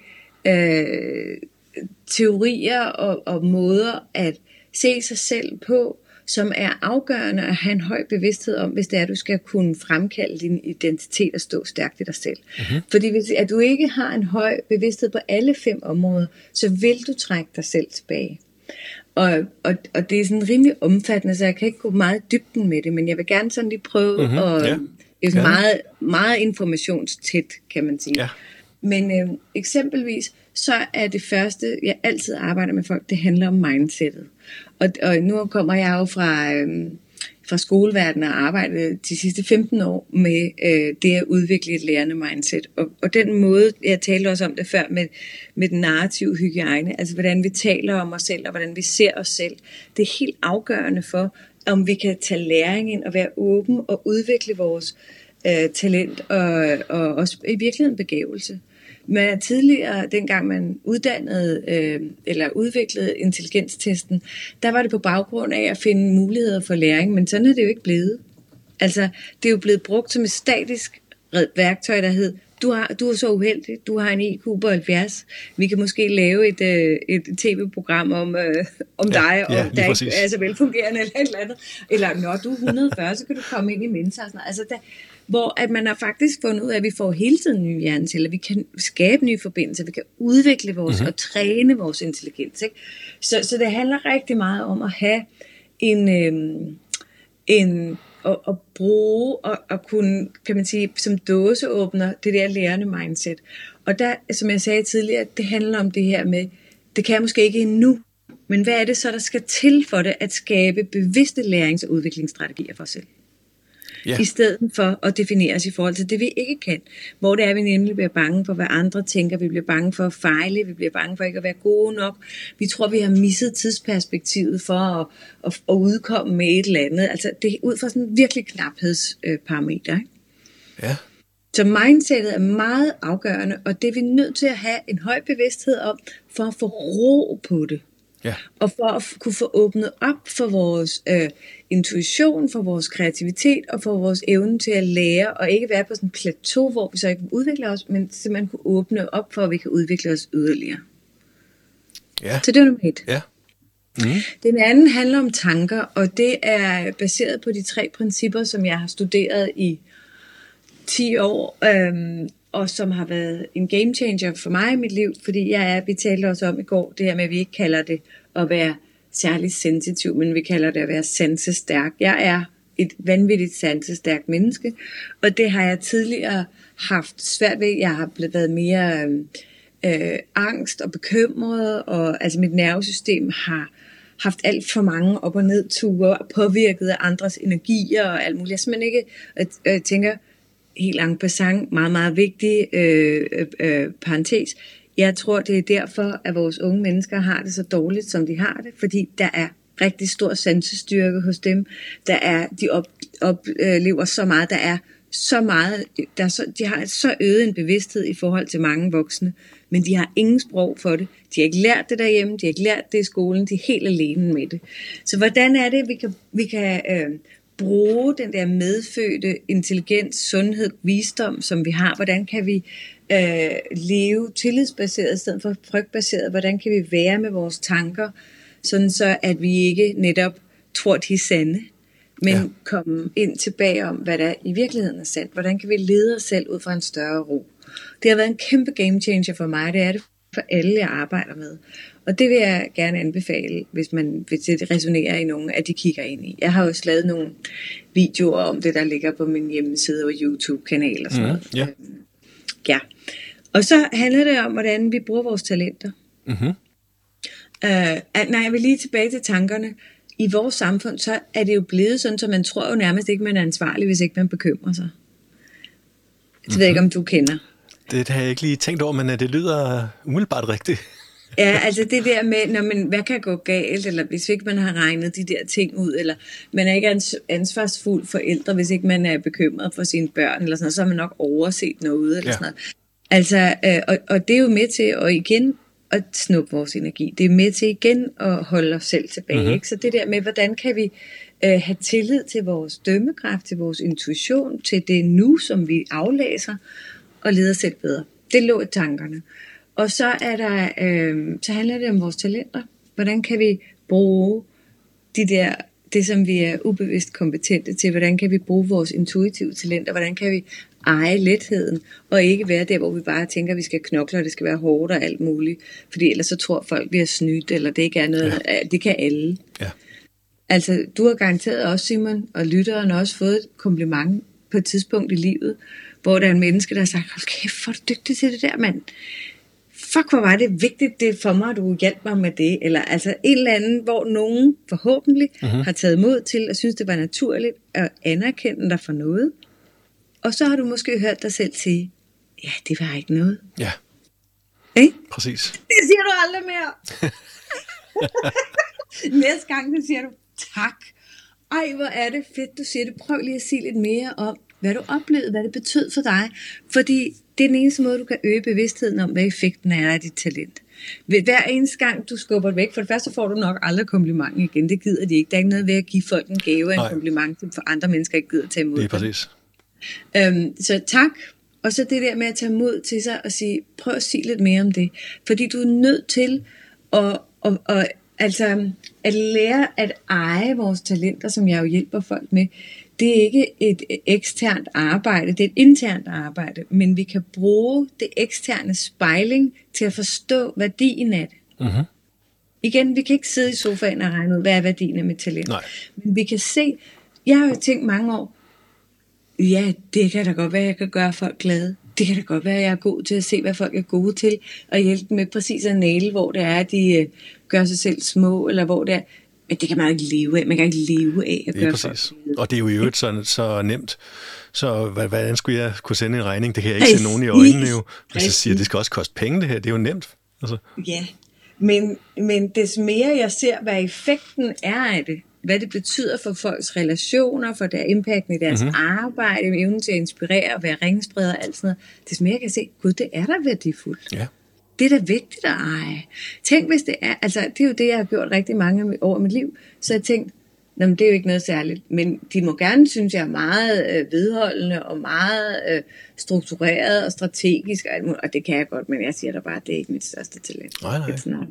teorier og måder at se sig selv på, som er afgørende at have en høj bevidsthed om, hvis det er, at du skal kunne fremkalde din identitet og stå stærkt i dig selv. Mm-hmm. Fordi hvis at du ikke har en høj bevidsthed på alle 5 områder, så vil du trække dig selv tilbage. Og det er sådan rimelig omfattende, så jeg kan ikke gå meget i dybden med det, men jeg vil gerne sådan lige prøve at... Det er sådan meget, meget informationstæt, kan man sige. Ja. Men eksempelvis, så er det første, jeg altid arbejder med folk, det handler om mindsetet. Og nu kommer jeg jo fra skoleverdenen og arbejdet de sidste 15 år med det at udvikle et lærende mindset. Og den måde, jeg talte også om det før med den narrative hygiejne, altså hvordan vi taler om os selv og hvordan vi ser os selv, det er helt afgørende for, om vi kan tage læring ind og være åben og udvikle vores talent og også i virkeligheden begævelse. Men tidligere, dengang man uddannede eller udviklede intelligenstesten, der var det på baggrund af at finde muligheder for læring, men sådan er det jo ikke blevet. Altså, det er jo blevet brugt som et statisk værktøj, der hed, du er så uheldig, du har en IQ på 70, vi kan måske lave et tv-program om dig, og der ikke er så velfungerende eller et eller andet. Eller når du er 140, så kan du komme ind i Mensa. Altså, hvor at man har faktisk fundet ud af, at vi får hele tiden nye hjerneceller, vi kan skabe nye forbindelser, vi kan udvikle vores og træne vores intelligens. Ikke? Så det handler rigtig meget om at have at bruge og kunne, kan man sige, som dåseåbner det der lærende mindset. Og der, som jeg sagde tidligere, det handler om det her med, det kan jeg måske ikke endnu, men hvad er det så, der skal til for det, at skabe bevidste lærings- og udviklingsstrategier for os selv? Yeah. I stedet for at definere os i forhold til det, vi ikke kan. Hvor det er, vi nemlig bliver bange for, hvad andre tænker. Vi bliver bange for at fejle. Vi bliver bange for ikke at være gode nok. Vi tror, vi har misset tidsperspektivet for at udkomme med et eller andet. Altså, det er ud fra sådan en virkelig knaphedsparameter. Ja. Så mindsetet er meget afgørende, og det er vi nødt til at have en høj bevidsthed om, for at få ro på det. Ja. Og for at kunne få åbnet op for vores intuition, for vores kreativitet og for vores evne til at lære, og ikke være på sådan et plateau, hvor vi så ikke udvikler os, men simpelthen kunne åbne op for, at vi kan udvikle os yderligere. Ja. Så det er nummer 1. Ja. Den anden handler om tanker, og det er baseret på de 3 principper, som jeg har studeret i 10 år, og som har været en game changer for mig i mit liv, fordi vi talte også om i går, det her med, at vi ikke kalder det at være særlig sensitiv, men vi kalder det at være sansestærk. Jeg er et vanvittigt sansestærkt menneske, og det har jeg tidligere haft svært ved. Jeg har været mere angst og bekymret, og altså mit nervesystem har haft alt for mange op- og nedture, påvirket af andres energier og alt muligt. Jeg simpelthen ikke, jeg tænker, helt en passant, meget, meget vigtig parentes. Jeg tror, det er derfor, at vores unge mennesker har det så dårligt, som de har det, fordi der er rigtig stor sansestyrke hos dem. De oplever så meget, der er så meget, de har så øget en bevidsthed i forhold til mange voksne, men de har ingen sprog for det. De har ikke lært det derhjemme, de har ikke lært det i skolen, de er helt alene med det. Så hvordan er det, vi kan bruge den der medfødte intelligens, sundhed, visdom, som vi har? Hvordan kan vi leve tillidsbaseret i stedet for frygtbaseret? Hvordan kan vi være med vores tanker, sådan så at vi ikke netop tror, de er sande, men komme ind tilbage om, hvad der i virkeligheden er sandt? Hvordan kan vi lede os selv ud fra en større ro? Det har været en kæmpe game changer for mig, det er det for alle, jeg arbejder med. Og det vil jeg gerne anbefale, hvis det resonerer i nogen, at de kigger ind i. Jeg har også lavet nogle videoer om det, der ligger på min hjemmeside og YouTube-kanal og sådan noget. Ja. Ja. Og så handler det om, hvordan vi bruger vores talenter. Jeg vil lige tilbage til tankerne. I vores samfund, så er det jo blevet sådan, så man tror jo nærmest ikke, man er ansvarlig, hvis ikke man bekymrer sig. Det ved jeg ikke, om du kender. Det har jeg ikke lige tænkt over, men det lyder umiddelbart rigtigt. Ja, altså det der med, hvad kan gå galt, eller hvis ikke man har regnet de der ting ud, eller man er ikke ansvarsfuld forældre, hvis ikke man er bekymret for sine børn, eller sådan noget, så har man nok overset noget, eller sådan noget. Altså, og det er jo med til at snuppe vores energi. Det er med til igen at holde os selv tilbage. Ikke? Så det der med, hvordan kan vi have tillid til vores dømmekraft, til vores intuition, til det nu, som vi aflæser, og leder selv bedre. Det lå i tankerne. Og så er der, så handler det om vores talenter. Hvordan kan vi bruge det som vi er ubevidst kompetente til? Hvordan kan vi bruge vores intuitive talenter? Hvordan kan vi eje letheden, og ikke være der, hvor vi bare tænker, at vi skal knokle, og det skal være hårdt og alt muligt. Fordi ellers så tror folk, vi har snydt, eller det ikke er noget. Ja. Det kan alle. Ja. Altså, du har garanteret også, Simon, og lytteren har også fået et kompliment på et tidspunkt i livet, hvor der er en menneske, der har sagt, hold kæft, hvor er du dygtig til det der, mand. Fuck, hvor var det vigtigt det for mig, at du hjalp mig med det. Eller altså en eller anden, hvor nogen forhåbentlig har taget mod til, og synes, det var naturligt at anerkende dig for noget. Og så har du måske hørt dig selv sige, ja, det var ikke noget. Ja, præcis. Det siger du aldrig mere. Næste gang, så siger du, tak. Ej, hvor er det fedt, du siger det. Prøv lige at sige lidt mere om, hvad du oplevede, hvad det betød for dig. Fordi det er den eneste måde, du kan øge bevidstheden om, hvad effekten er af dit talent. Hver eneste gang, du skubber det væk, for det første får du nok aldrig kompliment igen. Det gider de ikke. Der er ikke noget ved at give folk en gave af en kompliment, som for andre mennesker ikke gider tage imod. Det er præcis. Så tak. Og så det der med at tage mod til sig og sige, prøv at sige lidt mere om det. Fordi du er nødt til at lære at eje vores talenter, som jeg jo hjælper folk med. Det er ikke et eksternt arbejde, det er et internt arbejde, men vi kan bruge det eksterne spejling til at forstå værdien af det. Igen, vi kan ikke sidde i sofaen og regne ud, hvad er værdien af mit talent. Nej. Men vi kan se, jeg har jo tænkt mange år, ja, det kan da godt være, at jeg kan gøre folk glade. Det kan da godt være, at jeg er god til at se, hvad folk er gode til, og hjælpe dem med præcis at næle, hvor det er, at de gør sig selv små, eller hvor det er. Men det kan man ikke leve af. Man kan ikke leve af at gøre folk glade. Og det er jo i øvrigt så nemt. Så hvordan skulle jeg kunne sende en regning? Det kan jeg ikke se nogen i øjnene jo. Hvis jeg siger, at det skal også koste penge, det her. Det er jo nemt. Altså. Ja, men des mere jeg ser, hvad effekten er af det, hvad det betyder for folks relationer, for der impacten i deres arbejde, evnen til at inspirere og være ringspreder og alt sådan noget, des mere jeg kan se, gud, det er da værdifuldt. Ja. Det er da vigtigt at eje. Tænk, hvis det er, altså det er jo det, jeg har gjort rigtig mange år i mit liv, så jeg tænkte, det er jo ikke noget særligt, men de må gerne, synes jeg, er meget vedholdende og meget struktureret og strategisk, og det kan jeg godt, men jeg siger da bare, at det er ikke mit største talent. Nej.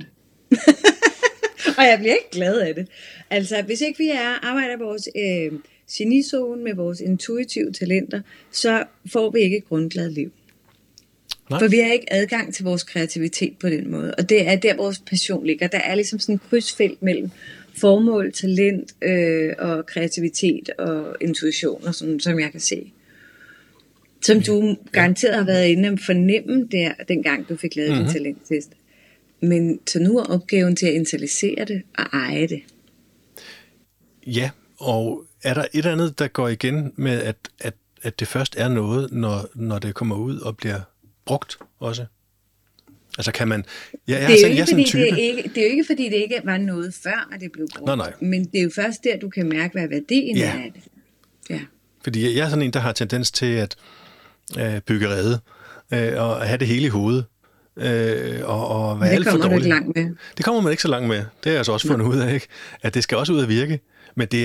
Og jeg bliver ikke glad af det. Altså, hvis ikke vi arbejder vores genizone med vores intuitive talenter, så får vi ikke et grundglad liv. Nej. For vi har ikke adgang til vores kreativitet på den måde. Og det er der, vores passion ligger. Der er ligesom sådan et krydsfelt mellem formål, talent og kreativitet og intuition, og sådan, som jeg kan se. Som du garanteret har været inde og fornemme der, dengang du fik lavet din talenttest. Men så nu er opgaven til at internalisere det og eje det. Ja, og er der et andet, der går igen med, at det først er noget, når det kommer ud og bliver brugt også? Altså kan man... Det er jo ikke, fordi det ikke var noget før, at det blev brugt. Nej. Men det er jo først der, du kan mærke, hvad værdien er af det. Ja. Fordi jeg er sådan en, der har tendens til at bygge rede og have det hele i hovedet. Og være alt for dårlig. Det kommer du ikke langt med. Det kommer man ikke så langt med. Det har jeg altså også fundet ud af, ikke? At det skal også ud at virke. Men det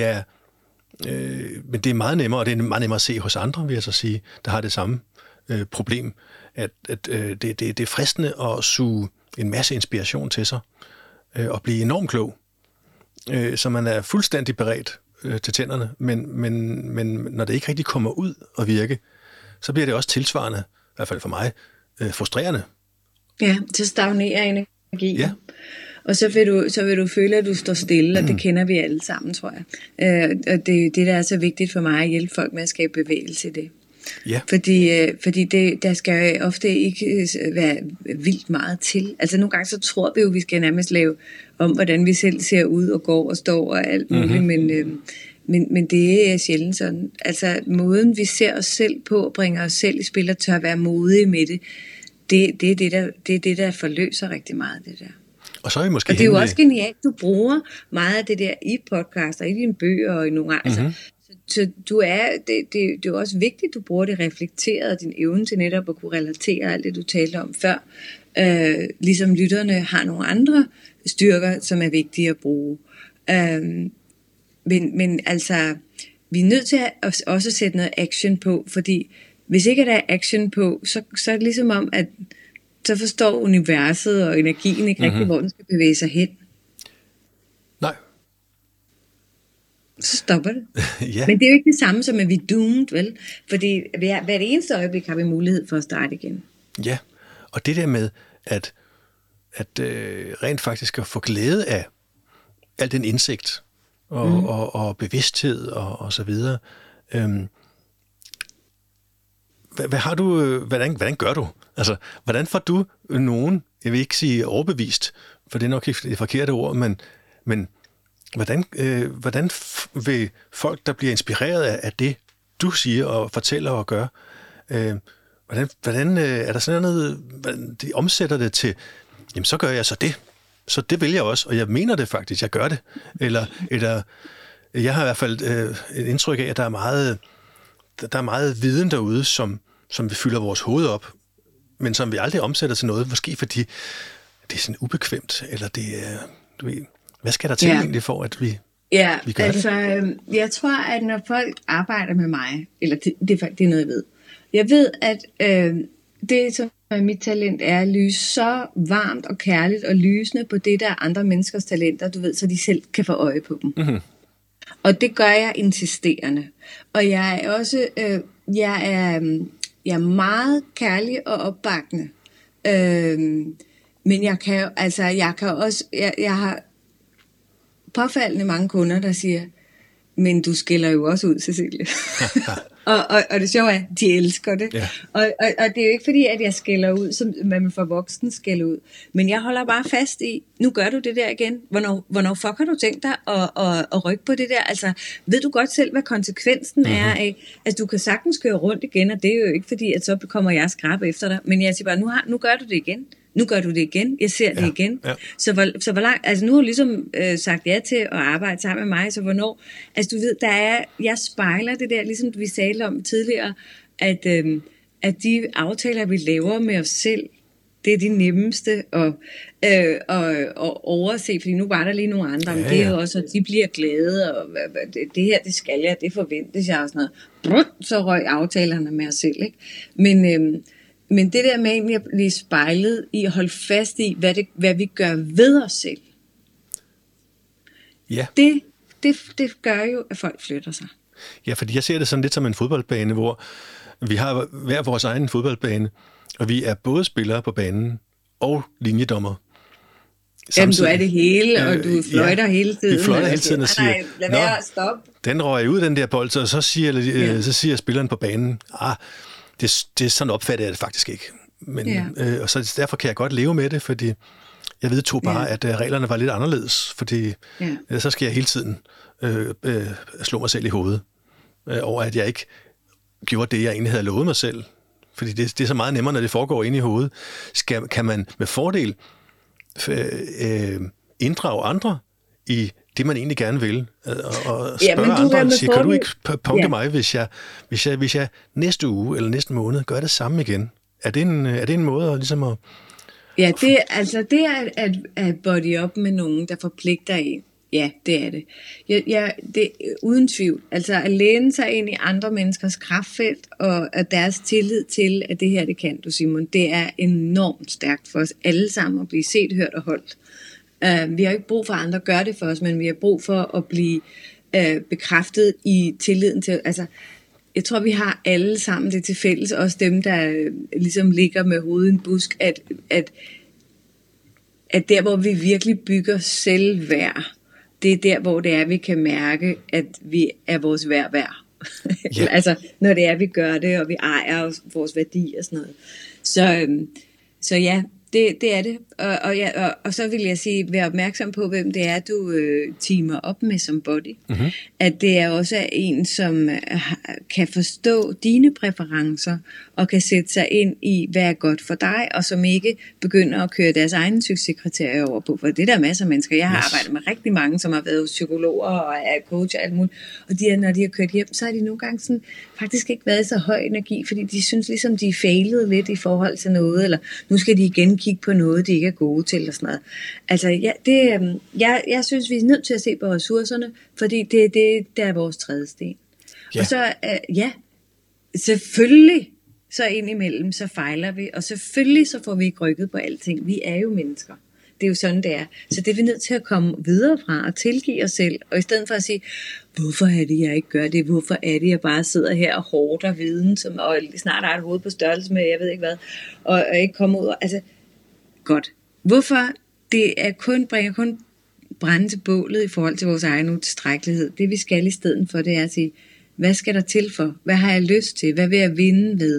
er meget nemmere, og det er meget nemmere at se hos andre, vil jeg så sige, der har det samme problem. At det er fristende at suge en masse inspiration til sig og blive enormt klog. Så man er fuldstændig beredt til tænderne, men når det ikke rigtig kommer ud og virke, så bliver det også tilsvarende, i hvert fald for mig, frustrerende. Ja, så stagnerer energi. Ja. Og så vil du føle, at du står stille, og det kender vi alle sammen, tror jeg. Og det der er så vigtigt for mig, at hjælpe folk med at skabe bevægelse i det. Ja. Fordi der skal ofte ikke være vildt meget til. Altså nogle gange så tror vi jo, vi skal nærmest lave om, hvordan vi selv ser ud og går og står og alt muligt, men det er sjældent sådan. Altså måden vi ser os selv på og bringer os selv i spil og tør være modige med det, det er det, der forløser rigtig meget det der. Og så er vi måske og det er jo også genialt, du bruger meget af det der i podcaster, i dine bøger og i nogle altså, så du er, det er jo også vigtigt, du bruger det reflekteret, din evne til netop at kunne relatere alt det, du talte om før. Ligesom lytterne har nogle andre styrker, som er vigtige at bruge. Men altså, vi er nødt til at også sætte noget action på, fordi hvis ikke der er action på, så er det ligesom om, at så forstår universet og energien ikke rigtig, hvor den skal bevæge sig hen. Nej. Så stopper det. Ja. Men det er jo ikke det samme som, at vi er doomed, vel? Fordi hvert eneste øjeblik har vi mulighed for at starte igen. Ja, og det der med, at rent faktisk at få glæde af al den indsigt og bevidsthed og så videre. Hvad har du, hvordan gør du? Altså, hvordan får du nogen, jeg vil ikke sige overbevist, for det er nok ikke det forkerte ord, men hvordan vil folk, der bliver inspireret af det, du siger og fortæller og gør, hvordan er der sådan noget, de omsætter det til, jamen så gør jeg så det. Så det vil jeg også, og jeg mener det faktisk, jeg gør det. Eller jeg har i hvert fald et indtryk af, at der er meget viden derude, som vi fylder vores hoved op, men som vi aldrig omsætter til noget, måske fordi det er sådan ubekvemt, eller det er, du ved, hvad skal der til egentlig for, at vi gør altså, det? Jeg tror, at når folk arbejder med mig, eller det er noget, jeg ved. Jeg ved, at det, som er mit talent, er at lyse så varmt og kærligt og lysende på det, der er andre menneskers talenter, du ved, så de selv kan få øje på dem. Mm-hmm. Og det gør jeg insisterende. Og jeg er også, jeg er meget kærlig og opbakkende. Men jeg kan også, jeg har påfaldende mange kunder, der siger, men du skiller jo også ud, Cecilie. og det sjove er, de elsker det. Ja. Og det er jo ikke fordi, at jeg skælder ud, som man for voksen skælder ud. Men jeg holder bare fast i, nu gør du det der igen. Hvornår fuck har du tænkt dig at rykke på det der? Altså, ved du godt selv, hvad konsekvensen er af, altså du kan sagtens køre rundt igen, og det er jo ikke fordi, at så kommer jeg skrab efter dig. Men jeg siger bare, nu gør du det igen. Nu gør du det igen, jeg ser det igen. Ja. Så hvor langt, altså nu har du ligesom sagt ja til at arbejde sammen med mig, så hvornår, altså du ved, jeg spejler det der, ligesom vi talte om tidligere, at de aftaler, vi laver med os selv, det er de nemmeste at overse, fordi nu var der lige nogle andre, men det er jo også, at de bliver glade, og det her, det skal jeg, det forventes jeg, og sådan noget. Så røg aftalerne med os selv, ikke? Men det der med egentlig at blive spejlet i at holde fast i, hvad vi gør ved os selv, det gør jo, at folk flytter sig. Ja, fordi jeg ser det sådan lidt som en fodboldbane, hvor vi har hver vores egen fodboldbane, og vi er både spillere på banen og linjedommer. Jamen, du er det hele, og du fløjter hele tiden. Vi fløjter hele tiden og siger, lad være, stop. Den røg ud, den der bold, og så siger spilleren på banen, det er sådan opfatter jeg det faktisk ikke. Men, og så derfor kan jeg godt leve med det, fordi jeg vedtog bare, at reglerne var lidt anderledes, fordi så skal jeg hele tiden slå mig selv i hovedet over, at jeg ikke gjorde det, jeg egentlig havde lovet mig selv. Fordi det er så meget nemmere, når det foregår inde i hovedet. Kan man med fordel inddrage andre i det, man egentlig gerne vil, og spørge andre og sige, kan du ikke punkte mig, hvis jeg næste uge eller næste måned gør det samme igen? Er det en måde at ligesom at... Ja, det er at body up med nogen, der forpligter en. Ja, det er det. Det er uden tvivl. Altså at læne sig ind i andre menneskers kraftfelt, og at deres tillid til, at det her, det kan du, Simon, det er enormt stærkt for os alle sammen at blive set, hørt og holdt. Vi har ikke brug for, at andre gør det for os, men vi har brug for at blive bekræftet i tilliden til, altså jeg tror, vi har alle sammen det til fælles, også dem, der ligesom ligger med hovedet i en busk, at der, hvor vi virkelig bygger selvværd, det er der, hvor det er, vi kan mærke, at vi er vores værd. Yeah. Altså, når det er, vi gør det, og vi ejer vores værdi og sådan noget. Så ja, det er det. Og så vil jeg sige, vær opmærksom på, hvem det er, du teamer op med som body. Mm-hmm. At det er også en, som kan forstå dine præferencer, og kan sætte sig ind i, hvad er godt for dig, og som ikke begynder at køre deres egne succeskriterier over på. For det der er masser af mennesker. Jeg har arbejdet med rigtig mange, som har været psykologer og er coach og alt muligt. Og når de har kørt hjem, så har de nogle gange sådan, faktisk ikke været så høj energi, fordi de synes ligesom, de failede lidt i forhold til noget, eller nu skal de igen kigge på noget, de ikke er gode til, og sådan noget. Altså, jeg synes, vi er nødt til at se på ressourcerne, fordi det der er vores trædesten. Ja. Og så, selvfølgelig, så indimellem, så fejler vi, og selvfølgelig så får vi ikke rykket på alting. Vi er jo mennesker. Det er jo sådan, det er. Så det er vi nødt til at komme videre fra og tilgive os selv. Og i stedet for at sige, hvorfor er det, jeg ikke gør det? Hvorfor er det, jeg bare sidder her og hårder viden, og snart har et hoved på størrelse med, jeg ved ikke hvad, og ikke komme ud. Altså, godt. Hvorfor? Det er bringer kun brænde til bålet i forhold til vores egen utilstrækkelighed. Det vi skal i stedet for, det er at sige, hvad skal der til for? Hvad har jeg lyst til? Hvad vil jeg vinde ved?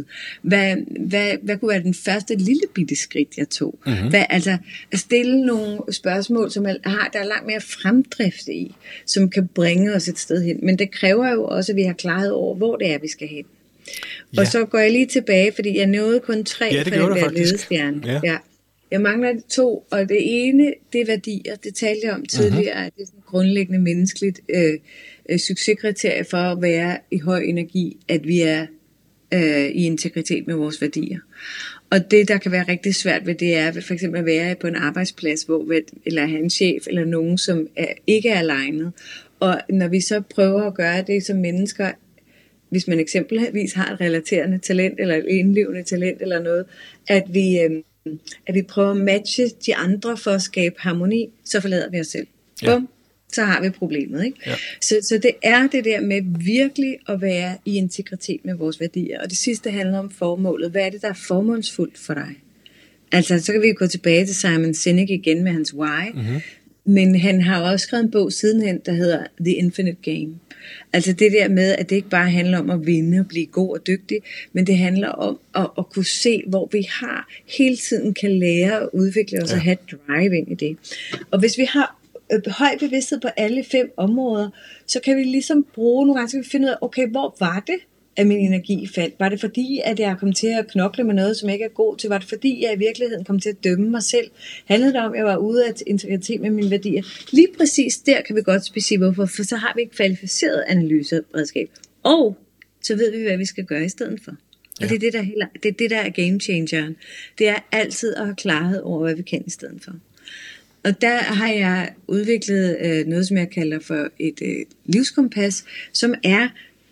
Hvad kunne være den første lille bitte skridt, jeg tog? Mm-hmm. Altså at stille nogle spørgsmål, som der er langt mere fremdrift i, som kan bringe os et sted hen. Men det kræver jo også, at vi har klarhed over, hvor det er, vi skal hen. Ja. Og så går jeg lige tilbage, fordi jeg nåede kun 3 for den der ledestjerne. Ja. Jeg mangler 2, og det ene, det er værdier. Det talte jeg om tidligere, at det er sådan grundlæggende menneskeligt succeskriterie for at være i høj energi, at vi er i integritet med vores værdier. Og det, der kan være rigtig svært ved det, er for eksempel at være på en arbejdsplads, eller have en chef, eller nogen, som ikke er alignet. Og når vi så prøver at gøre det som mennesker, hvis man eksempelvis har et relaterende talent, eller et indlevende talent, eller noget, at vi prøver at matche de andre for at skabe harmoni, så forlader vi os selv. Bum, så har vi problemet. Ikke? Ja. Så det er det der med virkelig at være i integritet med vores værdier. Og det sidste handler om formålet. Hvad er det, der er formålsfuldt for dig? Altså, så kan vi gå tilbage til Simon Sinek igen med hans why. Mm-hmm. Men han har også skrevet en bog sidenhen, der hedder The Infinite Game. Altså det der med, at det ikke bare handler om at vinde og blive god og dygtig, men det handler om at kunne se, hvor vi har hele tiden kan lære at udvikle os og have drive ind i det. Og hvis vi har høj bevidsthed på alle 5 områder, så kan vi ligesom bruge nogle gange, så kan vi finde ud af, okay, hvor var det, at min energi faldt? Var det fordi, at jeg kom til at knokle med noget, som jeg ikke er god til? Var det fordi, jeg i virkeligheden kom til at dømme mig selv? Handlede det om, at jeg var ude af integritet med mine værdier? Lige præcis der kan vi godt sige, hvorfor, for så har vi et kvalificeret analyseredskab. Og så ved vi, hvad vi skal gøre i stedet for. Og det er det, der er game changeren. Det er altid at have klarhed over, hvad vi kan i stedet for. Og der har jeg udviklet noget, som jeg kalder for et livskompas, som er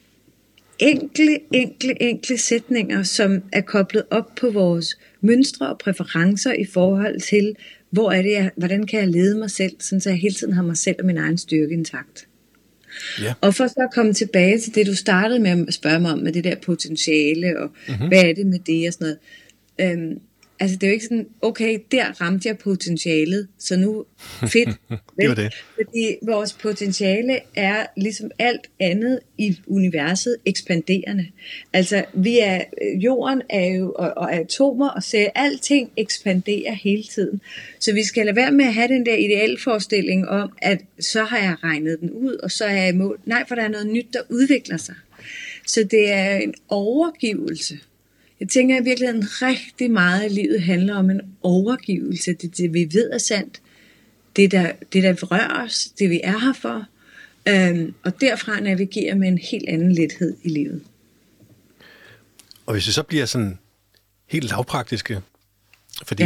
enkle sætninger, som er koblet op på vores mønstre og præferencer i forhold til, hvordan kan jeg lede mig selv, så jeg hele tiden har mig selv og min egen styrke intakt. Ja. Og for så at komme tilbage til det, du startede med at spørge mig om, med det der potentiale, og hvad er det med det og sådan noget. Altså det er jo ikke sådan, okay, der ramte jeg potentialet, så nu fedt. Det var det. Fordi vores potentiale er ligesom alt andet i universet ekspanderende. Altså jorden er jo, og atomer, og så alting ekspanderer hele tiden. Så vi skal lade være med at have den der idealforestilling om, at så har jeg regnet den ud, og så er jeg i mål. Nej, for der er noget nyt, der udvikler sig. Så det er en overgivelse. Jeg tænker i virkeligheden rigtig meget af livet handler om en overgivelse. Det vi ved er sandt. Det der rører os. Det vi er her for. Og derfra navigerer med en helt anden lethed i livet. Og hvis det så bliver sådan helt lavpraktiske, fordi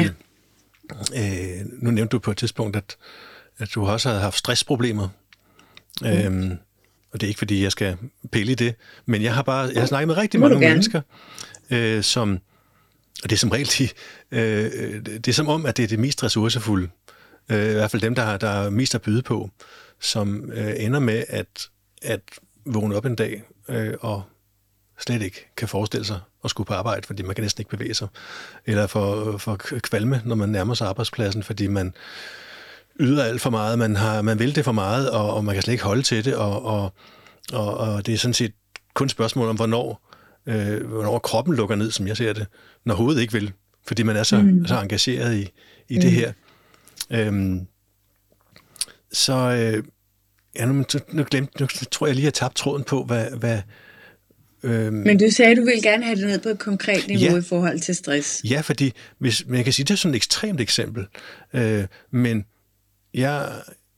nu nævnte du på et tidspunkt, at du også havde haft stressproblemer. Og det er ikke fordi, jeg skal pille i det, men jeg har snakket med rigtig mange mennesker, som, og det er som regel det er som om, at det er det mest ressourcefulde, i hvert fald dem, der er mest at byde på, som ender med at vågne op en dag og slet ikke kan forestille sig at skulle på arbejde, fordi man kan næsten ikke bevæge sig, eller for kvalme, når man nærmer sig arbejdspladsen, fordi man yder alt for meget, man vil det for meget, og man kan slet ikke holde til det, og det er sådan set kun et spørgsmål om, hvornår kroppen lukker ned, som jeg ser det, når hovedet ikke vil. fordi man er så engageret i det her. Nu tror jeg lige, at jeg tabt tråden på, hvad men du sagde, at du ville gerne have det ned på et konkret niveau i forhold til stress. Ja, fordi man kan sige, det er sådan et ekstremt eksempel, men jeg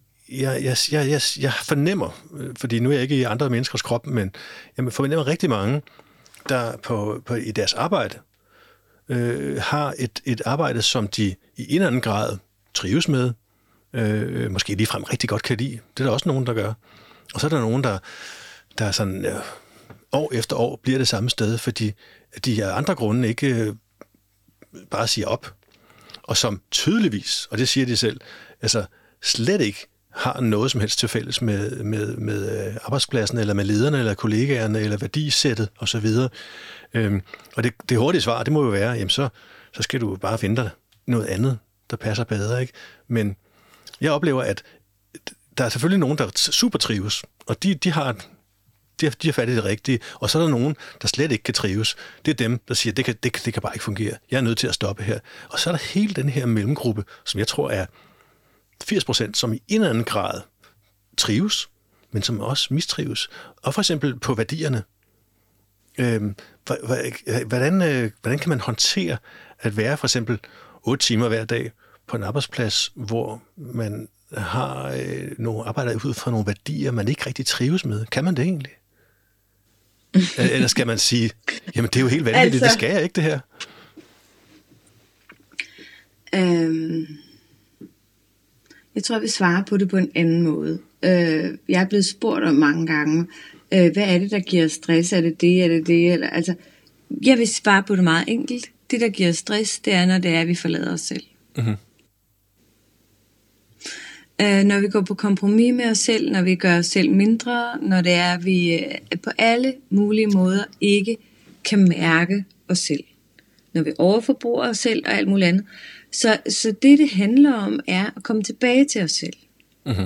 fornemmer, fordi nu er jeg ikke i andre menneskers krop, men jeg fornemmer rigtig mange, der i deres arbejde har et arbejde, som de i en eller anden grad trives med, måske ligefrem rigtig godt kan lide. Det er der også nogen, der gør. Og så er der nogen, der er sådan år efter år bliver det samme sted, fordi de af andre grunde ikke bare siger op. Og som tydeligvis, og det siger de selv, altså slet ikke har noget som helst til fælles med arbejdspladsen, eller med lederne, eller kollegaerne, eller værdisættet osv. Og det hurtige svar, det må jo være, jamen så skal du bare finde dig noget andet, der passer bedre, ikke? Men jeg oplever, at der er selvfølgelig nogen, der super trives, og de har fat i det rigtige, og så er der nogen, der slet ikke kan trives. Det er dem, der siger, det kan bare ikke fungere. Jeg er nødt til at stoppe her. Og så er der hele den her mellemgruppe, som jeg tror er 80%, som i en eller anden grad trives, men som også mistrives. Og for eksempel på værdierne. Hvordan kan man håndtere at være for eksempel 8 timer hver dag på en arbejdsplads, hvor man har nogle arbejder ud fra nogle værdier, man ikke rigtig trives med? Kan man det egentlig? Eller skal man sige, jamen det er jo helt vanvittigt, det skal jeg ikke det her? Jeg tror, jeg vil svare på det på en anden måde. Jeg er blevet spurgt om mange gange, hvad er det, der giver stress? Er det det? Eller, altså, jeg vil svare på det meget enkelt. Det, der giver stress, det er, når det er, at vi forlader os selv. Mm-hmm. Når vi går på kompromis med os selv, når vi gør os selv mindre, når det er, at vi på alle mulige måder ikke kan mærke os selv. Når vi overforbruger os selv og alt muligt andet. Så det handler om, er at komme tilbage til os selv. Mm-hmm.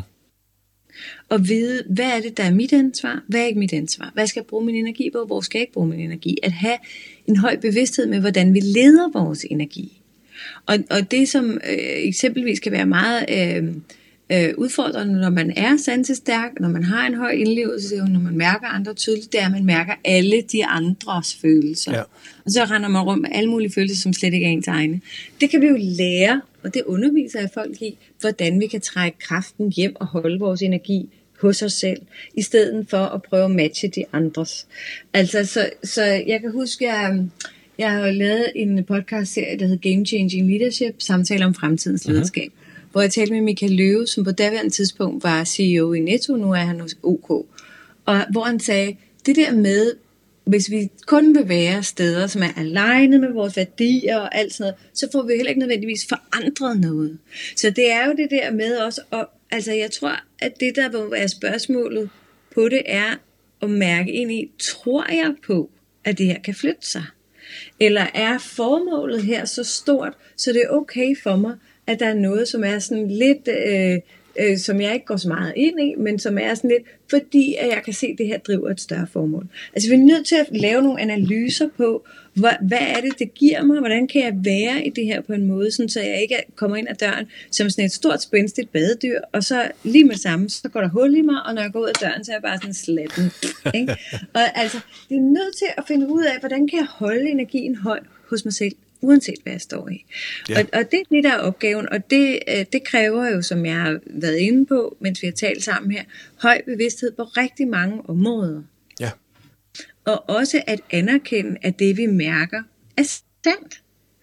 Og vide, hvad er det, der er mit ansvar? Hvad er ikke mit ansvar? Hvad skal jeg bruge min energi på? Hvor skal jeg ikke bruge min energi? At have en høj bevidsthed med, hvordan vi leder vores energi. Og det, som eksempelvis kan være meget udfordrende, når man er sansestærk, når man har en høj indlevelsesevne, når man mærker andre tydeligt, det er, at man mærker alle de andres følelser. Ja. Og så render man rundt med alle mulige følelser, som slet ikke er ens egne. Det kan vi jo lære, og det underviser jeg folk i, hvordan vi kan trække kraften hjem og holde vores energi hos os selv, i stedet for at prøve at matche de andres. Altså, så jeg kan huske, jeg har lavet en podcast-serie, der hedder Game Changing Leadership, samtaler om fremtidens lederskab, hvor jeg talte med Michael Løve, som på daværende tidspunkt var CEO i Netto, nu er han hos OK. Og hvor han sagde, det der med, hvis vi kun vil være steder, som er alignet med vores værdier og alt sådan noget, så får vi heller ikke nødvendigvis forandret noget. Så det er jo det der med også, og altså jeg tror, at det der må være spørgsmålet på det er at mærke ind i, tror jeg på, at det her kan flytte sig? Eller er formålet her så stort, så det er okay for mig, at der er noget, som er sådan lidt, som jeg ikke går så meget ind i, men som er sådan lidt, fordi at jeg kan se, at det her driver et større formål. Altså vi er nødt til at lave nogle analyser på, hvad er det giver mig, hvordan kan jeg være i det her på en måde, sådan, så jeg ikke kommer ind ad døren som sådan et stort spændstigt badedyr, og så lige med det samme, så går der hul i mig, og når jeg går ud af døren, så er jeg bare sådan slatten. Ikke? Og altså, det er nødt til at finde ud af, hvordan kan jeg holde energien høj hos mig selv, uanset hvad jeg står i. Ja. Og det er det, der er opgaven, og det kræver jo, som jeg har været inde på, mens vi har talt sammen her, høj bevidsthed på rigtig mange områder. Ja. Og også at anerkende, at det vi mærker er sandt.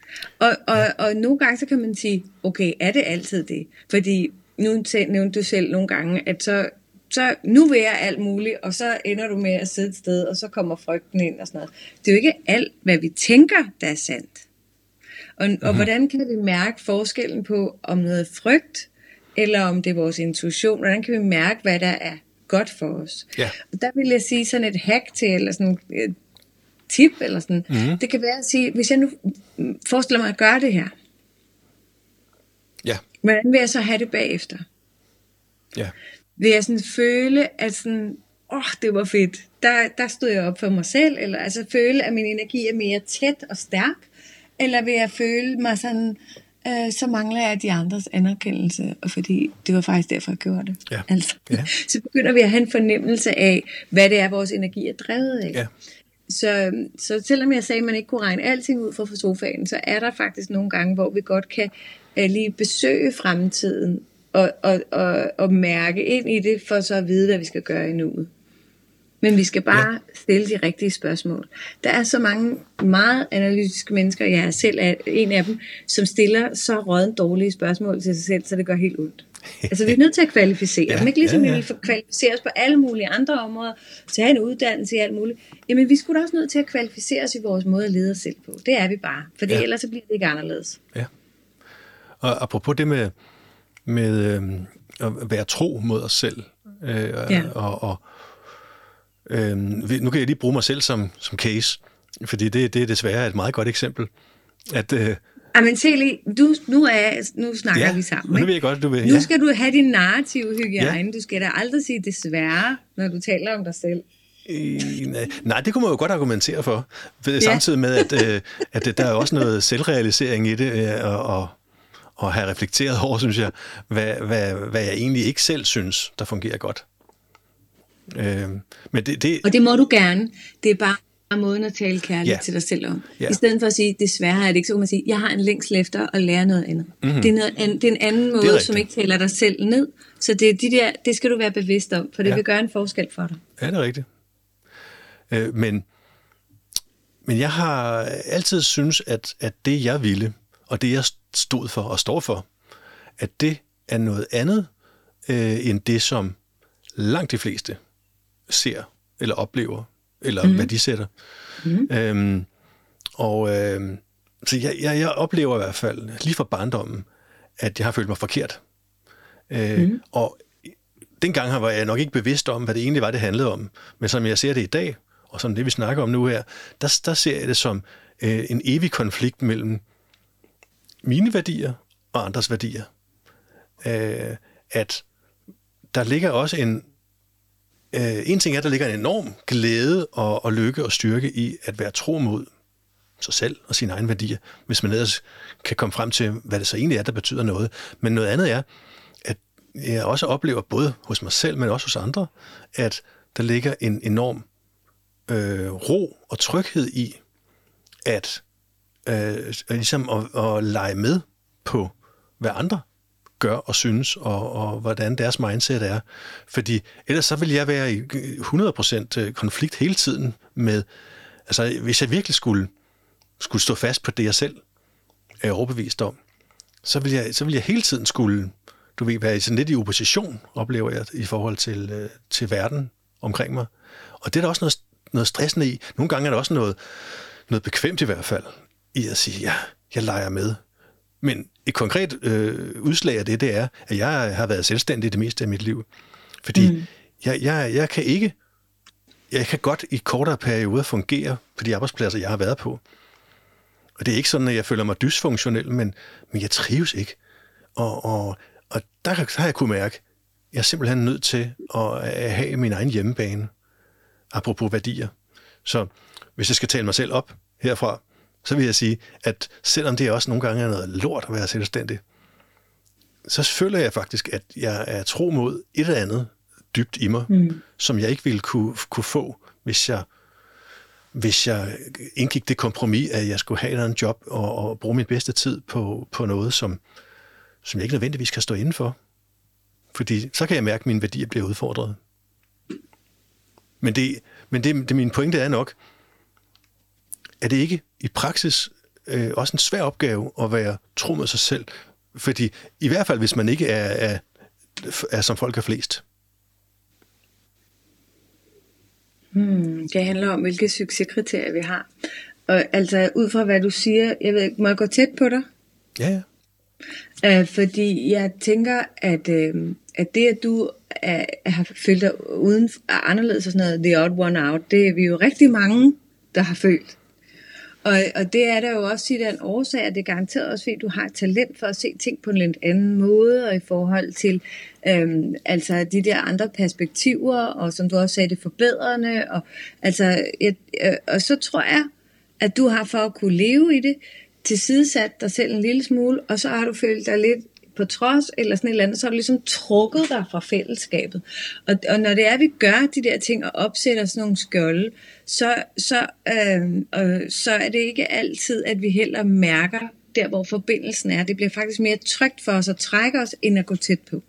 Og nogle gange så kan man sige, okay, er det altid det? Fordi nu nævnte du selv nogle gange, at så nu vil jeg alt muligt, og så ender du med at sidde et sted, og så kommer frygten ind og sådan noget. Det er jo ikke alt, hvad vi tænker, der er sandt. Og hvordan kan vi mærke forskellen på, om noget er frygt, eller om det er vores intuition? Hvordan kan vi mærke, hvad der er godt for os? Ja. Og der vil jeg sige sådan et hack til, eller sådan et tip, eller sådan. Det kan være at sige, hvis jeg nu forestiller mig at gøre det her, ja. Hvordan vil jeg så have det bagefter? Ja. Vil jeg sådan føle, at sådan, det var fedt. Der stod jeg op for mig selv, eller altså føle, at min energi er mere tæt og stærk, eller vil jeg føle mig sådan, så mangler jeg de andres anerkendelse, og fordi det var faktisk derfor, jeg gjorde det. Ja. Altså, ja. Så begynder vi at have en fornemmelse af, hvad det er, vores energi er drevet af. Ja. Så selvom jeg sagde, at man ikke kunne regne alting ud fra sofaen, så er der faktisk nogle gange, hvor vi godt kan lige besøge fremtiden og mærke ind i det, for så at vide, hvad vi skal gøre i nuet. Men vi skal bare stille de rigtige spørgsmål. Der er så mange meget analytiske mennesker, jeg er selv en af dem, som stiller så rådent dårlige spørgsmål til sig selv, så det gør helt ondt. Altså vi er nødt til at kvalificere dem, ikke ligesom vi vil kvalificere os på alle mulige andre områder, til at have en uddannelse i alt muligt. Jamen vi skulle da også nødt til at kvalificere os i vores måde at lede os selv på. Det er vi bare, for ellers så bliver det ikke anderledes. Ja. Og apropos det med at være tro mod os selv, nu kan jeg lige bruge mig selv som case, fordi det er desværre et meget godt eksempel. Men se lige, nu snakker vi sammen. Nu ved jeg godt, du vil. Nu skal du have din narrative hygiejne. Ja. Du skal da aldrig sige desværre, når du taler om dig selv. Nej, det kunne man jo godt argumentere for. Samtidig med, at der er også noget selvrealisering i det, og have reflekteret over, synes jeg, hvad jeg egentlig ikke selv synes, der fungerer godt. Men og det må du gerne. Det er bare måden at tale kærligt til dig selv om. I stedet for at sige, desværre er det ikke, så kan man sige, jeg har en længsel efter at lære noget andet. Mm-hmm. Det er en anden måde, som ikke taler dig selv ned. Så det skal du være bevidst om, for det vil gøre en forskel for dig. Ja, det er rigtigt. Men jeg har altid synes, at det jeg ville, og det jeg stod for og står for, at det er noget andet end det, som langt de fleste ser eller oplever eller værdisætter. Så jeg oplever i hvert fald lige fra barndommen, at jeg har følt mig forkert. Og dengang var jeg nok ikke bevidst om, hvad det egentlig var, det handlede om. Men som jeg ser det i dag, og som det vi snakker om nu her, der ser jeg det som en evig konflikt mellem mine værdier og andres værdier. At der ligger også en ting er, der ligger en enorm glæde og lykke og styrke i at være tro mod sig selv og sine egne værdier, hvis man ellers kan komme frem til, hvad det så egentlig er, der betyder noget. Men noget andet er, at jeg også oplever, både hos mig selv, men også hos andre, at der ligger en enorm ro og tryghed i, at ligesom at lege med på, hvad andre gør og synes, og hvordan deres mindset er. Fordi ellers så vil jeg være i 100% konflikt hele tiden med, altså hvis jeg virkelig skulle stå fast på det, jeg selv er overbevist om, så vil jeg hele tiden skulle, være sådan lidt i opposition, oplever jeg, i forhold til verden omkring mig. Og det er der også noget stressende i. Nogle gange er der også noget bekvemt i hvert fald, i at sige, ja, jeg leger med. Men et konkret udslag af det er, at jeg har været selvstændig det meste af mit liv. Fordi jeg kan godt i kortere perioder fungere på de arbejdspladser, jeg har været på. Og det er ikke sådan, at jeg føler mig dysfunktionel, men jeg trives ikke. Og der har jeg kunnet mærke, at jeg er simpelthen nødt til at have min egen hjemmebane, apropos værdier. Så hvis jeg skal tale mig selv op herfra, så vil jeg sige, at selvom det også nogle gange er noget lort at være selvstændig, så føler jeg faktisk, at jeg er tro mod et eller andet dybt i mig, som jeg ikke ville kunne få, hvis jeg indgik det kompromis, at jeg skulle have et andet job og bruge min bedste tid på noget, som jeg ikke nødvendigvis kan stå inden for. Fordi så kan jeg mærke, at mine værdier bliver udfordret. Men min pointe er nok, er det ikke i praksis også en svær opgave at være tro mod sig selv? Fordi i hvert fald, hvis man ikke er som folk er flest. Det handler om, hvilke succeskriterier vi har. Og altså, ud fra hvad du siger, jeg ved ikke, må jeg gå tæt på dig? Ja. Fordi jeg tænker, at det, at du har følt dig uden anderledes og sådan noget, the odd one out, det er vi jo rigtig mange, der har følt. Og det er der jo også i den årsag, at det er garanteret også, fordi du har et talent for at se ting på en lidt anden måde, og i forhold til altså de der andre perspektiver, og som du også sagde, det forbedrende. Og så tror jeg, at du har for at kunne leve i det, tilsidesat dig selv en lille smule, og så har du følt dig lidt på trods, eller sådan et eller andet, så har du ligesom trukket dig fra fællesskabet. Og når det er, at vi gør de der ting, og opsætter sådan nogle skjolde, så er det ikke altid, at vi heller mærker der, hvor forbindelsen er. Det bliver faktisk mere trygt for os at trække os, end at gå tæt på.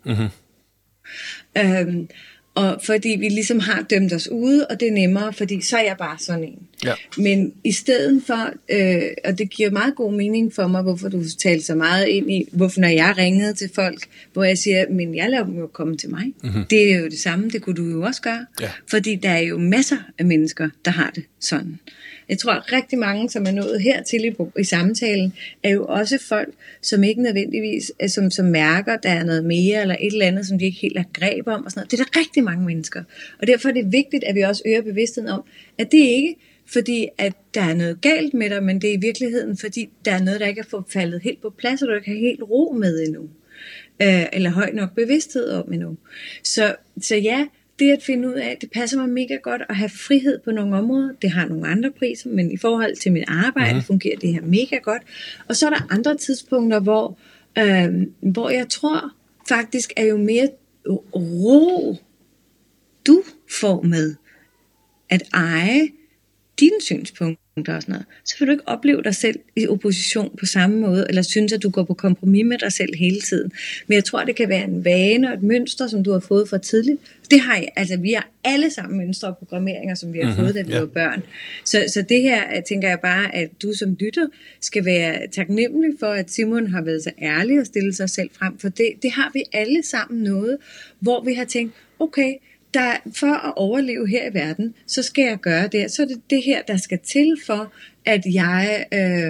Og fordi vi ligesom har dømt os ude, og det er nemmere, fordi så er jeg bare sådan en. Ja. Men i stedet for, og det giver meget god mening for mig, hvorfor du taler så meget ind i, hvorfor når jeg ringede til folk, hvor jeg siger, men jeg lader dem jo komme til mig. Det er jo det samme, det kunne du jo også gøre. Ja. Fordi der er jo masser af mennesker, der har det sådan. Jeg tror, at rigtig mange, som er nået hertil i samtalen, er jo også folk, som ikke nødvendigvis, som mærker, der er noget mere, eller et eller andet, som de ikke helt har greb om, og sådan noget. Det er der rigtig mange mennesker. Og derfor er det vigtigt, at vi også øger bevidstheden om, at det ikke fordi, at der er noget galt med dig, men det er i virkeligheden, fordi der er noget, der ikke er fået faldet helt på plads, og du ikke har helt ro med endnu. Eller høj nok bevidsthed om endnu. Så ja, det at finde ud af, det passer mig mega godt at have frihed på nogle områder. Det har nogle andre priser, men i forhold til mit arbejde fungerer det her mega godt. Og så er der andre tidspunkter, hvor jeg tror faktisk, er jo mere ro du får med at eje dine synspunkter og sådan noget, så vil du ikke opleve dig selv i opposition på samme måde, eller synes, at du går på kompromis med dig selv hele tiden. Men jeg tror, det kan være en vane og et mønster, som du har fået fra tidligt. Det har jeg, altså vi har alle sammen mønstre og programmeringer, som vi har fået, da vi var børn. Så det her, tænker jeg bare, at du som lytter skal være taknemmelig for, at Simon har været så ærlig og stillet sig selv frem, for det har vi alle sammen noget, hvor vi har tænkt, okay, for at overleve her i verden, så skal jeg gøre det. Så er det det her, der skal til for, at jeg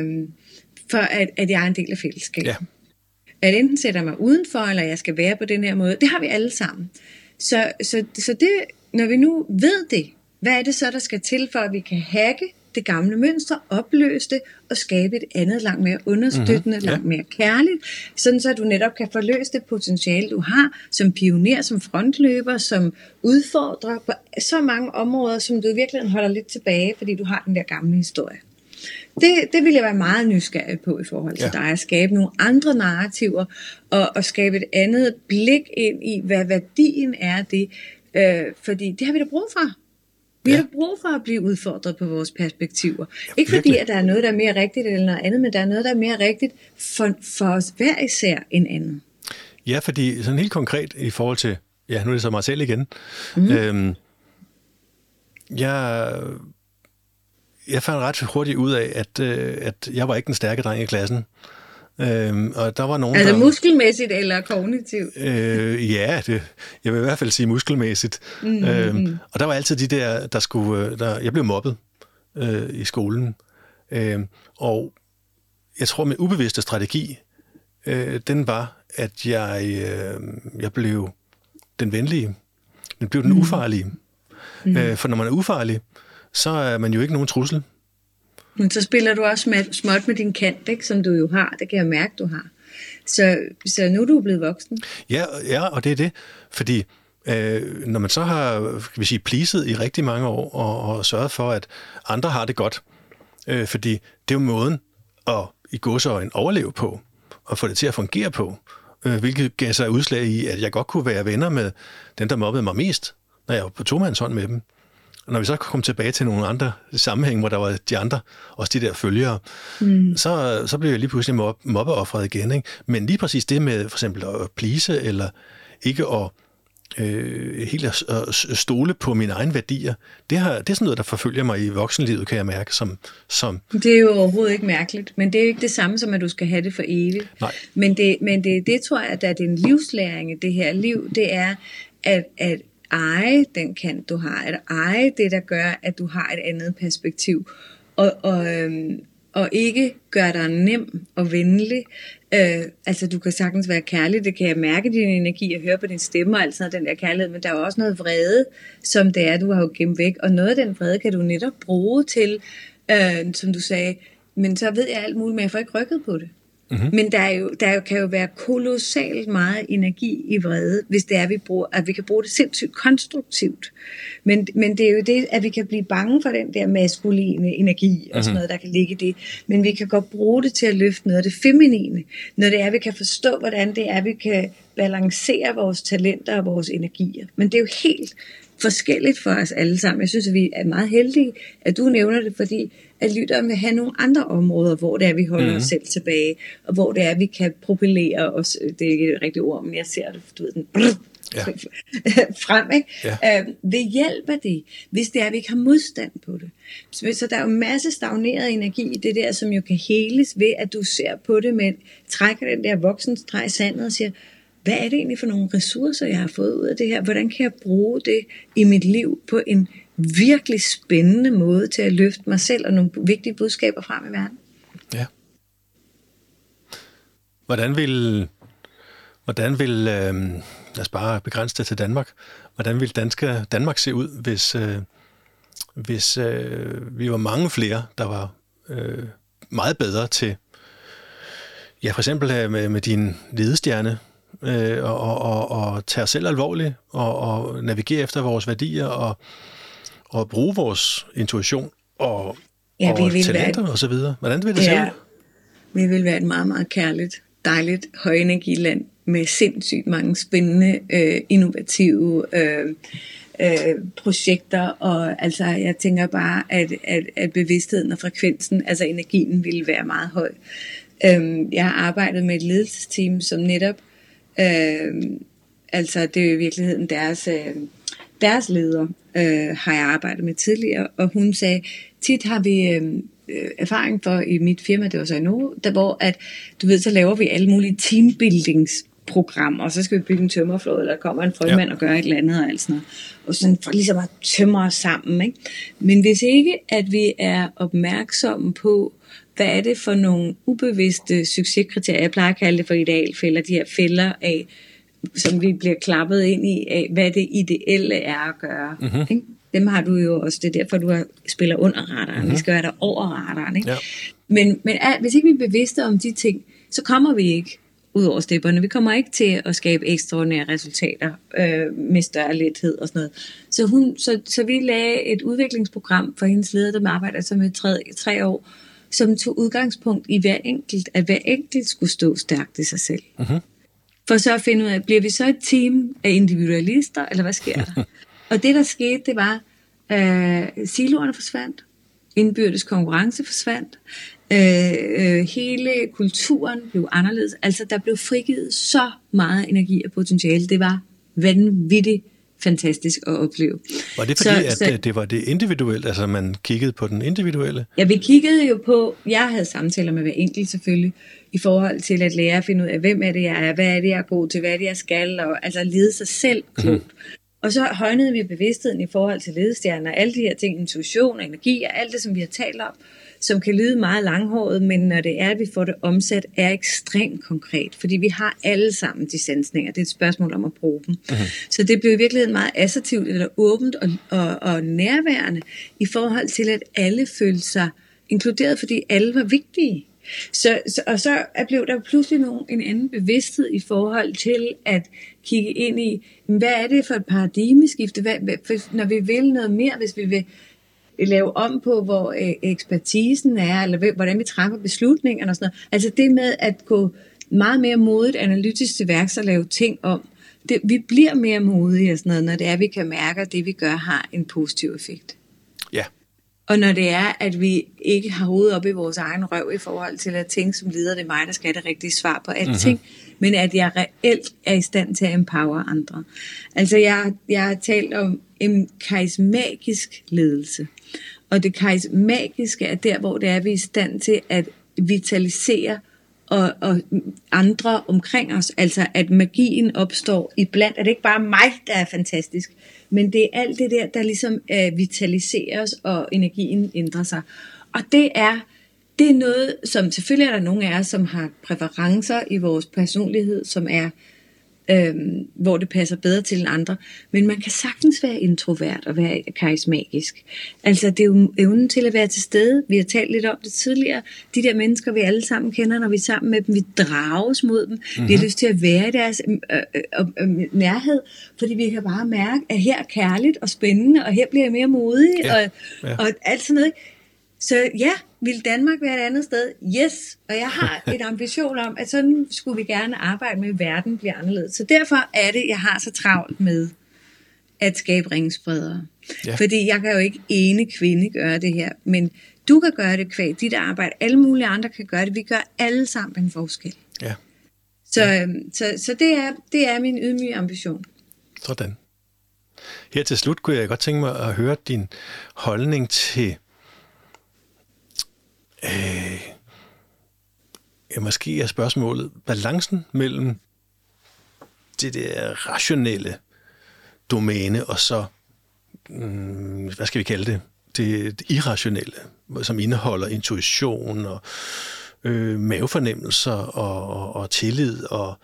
er en del af fællesskabet. Ja. At enten sætter mig udenfor, eller jeg skal være på den her måde. Det har vi alle sammen. Så det, når vi nu ved det, hvad er det så, der skal til for, at vi kan hacke det gamle mønster, opløse det og skabe et andet langt mere understøttende, langt mere kærligt, sådan så du netop kan forløse det potentiale, du har som pioner, som frontløber, som udfordrer på så mange områder, som du i virkeligheden holder lidt tilbage, fordi du har den der gamle historie. Det vil jeg være meget nysgerrig på i forhold til dig, at skabe nogle andre narrativer, og skabe et andet blik ind i, hvad værdien er det, fordi det har vi da brug for. Vi har brug for at blive udfordret på vores perspektiver. Ikke fordi, at der er noget, der er mere rigtigt eller noget andet, men der er noget, der er mere rigtigt for os hver især end andet. Ja, fordi sådan helt konkret i forhold til, nu er det så mig selv igen, jeg fandt ret hurtigt ud af, at jeg var ikke den stærke dreng i klassen. Og der var nogen, altså muskelmæssigt eller kognitivt? Jeg vil i hvert fald sige muskelmæssigt. Og der var altid de der jeg blev mobbet i skolen. Og jeg tror, min ubevidste strategi, den var, at jeg blev den venlige. Den blev den ufarlige. For når man er ufarlig, så er man jo ikke nogen trussel. Men så spiller du også småt med din kant, ikke, som du jo har. Det kan jeg mærke, du har. Så nu er du blevet voksen. Ja, og det er det. Fordi når man så har, kan vi sige, pleaset i rigtig mange år, og sørget for, at andre har det godt, fordi det er jo måden at i gåseøjne overleve på, og få det til at fungere på, hvilket gav sig udslag i, at jeg godt kunne være venner med den, der mobbede mig mest, når jeg var på tomandshånd med dem. Og når vi så kom tilbage til nogle andre sammenhæng, hvor der var de andre, også de der følgere, så blev jeg lige pludselig mobbeoffret igen. Ikke? Men lige præcis det med for eksempel at please, eller ikke at helt at stole på mine egne værdier, det er sådan noget, der forfølger mig i voksenlivet, kan jeg mærke. Som Det er jo overhovedet ikke mærkeligt, men det er jo ikke det samme som, at du skal have det for evigt. Nej. Men det tror jeg, at det er en livslæring i det her liv, det er at eje den kant, du har, at eje det, der gør, at du har et andet perspektiv, og ikke gøre dig nem og venlig. Altså, du kan sagtens være kærlig, det kan jeg mærke din energi, og høre på din stemme og alt sådan den der kærlighed, men der er jo også noget vrede, som det er, du har jo gemt væk, og noget af den vrede kan du netop bruge til, som du sagde, men så ved jeg alt muligt, men jeg får ikke rykket på det. Men der kan jo være kolossalt meget energi i vrede, hvis det er, at vi kan bruge det sindssygt konstruktivt. Men det er jo det, at vi kan blive bange for den der maskuline energi og sådan noget, der kan ligge i det. Men vi kan godt bruge det til at løfte noget af det feminine, når det er, at vi kan forstå, hvordan det er, at vi kan balancere vores talenter og vores energier. Men det er jo helt forskelligt for os alle sammen. Jeg synes, at vi er meget heldige, at du nævner det, fordi at lytteren vil have nogle andre områder, hvor det er, vi holder os selv tilbage, og hvor det er, vi kan propellere os, det er ikke et rigtigt ord, men jeg ser det, du ved, den frem, ikke? Ja. Ved hjælp af det, hvis det er, at vi ikke har modstand på det. Så der er jo en masse stagneret energi i det der, som jo kan heles ved, at du ser på det, men trækker den der voksenstreg i sandet og siger, hvad er det egentlig for nogle ressourcer, jeg har fået ud af det her? Hvordan kan jeg bruge det i mit liv på en virkelig spændende måde til at løfte mig selv og nogle vigtige budskaber frem i verden? Ja. Hvordan vil lad os bare begrænse det til Danmark. Hvordan vil Danmark se ud, hvis vi var mange flere, der var meget bedre til, ja, for eksempel med din ledestjerne, og tage os selv alvorligt, og navigere efter vores værdier, og bruge vores intuition, og talenter og så videre. Hvordan vil det se ud? Vi vil være et meget, meget kærligt, dejligt, højenergiland med sindssygt mange spændende, innovative projekter, og altså jeg tænker bare, at bevidstheden og frekvensen, altså energien, ville være meget høj. Jeg har arbejdet med et ledelsesteam, som netop altså det er jo i virkeligheden deres leder, har jeg arbejdet med tidligere, og hun sagde, tit har vi erfaring for i mit firma, det var så i Norge, der hvor at, du ved, så laver vi alle mulige teambuildingsprogrammer, og så skal vi bygge en tømmerflåde, eller der kommer en frømand og gør et eller andet, og alt sådan noget, og sådan for ligesom at tømre os sammen, ikke? Men hvis ikke, at vi er opmærksomme på, hvad er det for nogle ubevidste succeskriterier, jeg plejer at kalde det for idealfælder, de her fælder af, som vi bliver klappet ind i, af hvad det ideelle er at gøre. Ikke? Dem har du jo også, det er derfor, du spiller under radaren. Vi skal være der over radaren. Ikke? Ja. Men hvis ikke vi er bevidste om de ting, så kommer vi ikke ud over stepperne. Vi kommer ikke til at skabe ekstraordinære resultater med større lethed og sådan noget. Så vi lagde et udviklingsprogram for hendes leder, der arbejder så med 3 år, som tog udgangspunkt i at hver enkelt skulle stå stærkt i sig selv. For så at finde ud af, bliver vi så et team af individualister, eller hvad sker der? Og det, der skete, det var, siloerne forsvandt, indbyrdes konkurrence forsvandt, hele kulturen blev anderledes. Altså, der blev frigivet så meget energi og potentiale. Det var vanvittigt fantastisk at opleve. Var det fordi, at det var det individuelle, altså man kiggede på den individuelle? Ja, vi kiggede jo på, jeg havde samtaler med hver enkelt selvfølgelig, i forhold til at lære at finde ud af, hvem er det, jeg er, hvad er det, jeg er god til, hvad er det, jeg skal, og altså lede sig selv klogt. Og så højnede vi bevidstheden i forhold til ledestjerner, alle de her ting, intuition, energi og alt det, som vi har talt om, som kan lyde meget langhåret, men når det er, at vi får det omsat, er ekstremt konkret, fordi vi har alle sammen de sansninger. Det er et spørgsmål om at bruge dem. Så det blev i virkeligheden meget assertivt, eller åbent og nærværende, i forhold til, at alle følte sig inkluderet, fordi alle var vigtige. Så blev der pludselig en anden bevidsthed i forhold til at kigge ind i, hvad er det for et paradigmeskifte, når vi vil noget mere, hvis vi vil lave om på, hvor ekspertisen er, eller hvordan vi træffer beslutningerne og sådan noget. Altså det med at gå meget mere modigt analytisk til værks og lave ting om, vi bliver mere modige og sådan noget, når det er, vi kan mærke, at det vi gør har en positiv effekt. Ja. Og når det er, at vi ikke har hovedet op i vores egen røv i forhold til at tænke som leder, det er mig, der skal have det rigtige svar på alting, men at jeg reelt er i stand til at empower andre. Altså jeg har talt om en karismatisk ledelse, og det karismatiske er der, hvor det er, vi er i stand til at vitalisere og andre omkring os, altså at magien opstår iblandt, at det ikke bare mig, der er fantastisk, men det er alt det der ligesom vitaliseres, og energien ændrer sig. Og det er noget, som selvfølgelig er der nogle af os, som har præferencer i vores personlighed, som er hvor det passer bedre til end andre. Men man kan sagtens være introvert og være karismatisk. Altså det er jo evnen til at være til stede. Vi har talt lidt om det tidligere. De der mennesker, vi alle sammen kender, når vi er sammen med dem, vi drages mod dem. Mm-hmm. Vi har lyst til at være i deres nærhed, fordi vi kan bare mærke, at her er kærligt og spændende, og her bliver jeg mere modig, og alt sådan noget. Så ja, vil Danmark være et andet sted? Yes, og jeg har et ambition om, at sådan skulle vi gerne arbejde med, at verden bliver anderledes. Så derfor er det, jeg har så travlt med at skabe ringspredere. Ja. Fordi jeg kan jo ikke ene kvinde gøre det her, men du kan gøre det kvæg dit arbejde, alle mulige andre kan gøre det. Vi gør alle sammen en forskel. Ja. Så det er min ydmyge ambition. Sådan. Her til slut kunne jeg godt tænke mig at høre din holdning til måske er spørgsmålet balancen mellem det der rationelle domæne og så, hvad skal vi kalde det, det irrationelle, som indeholder intuition og mavefornemmelser og tillid og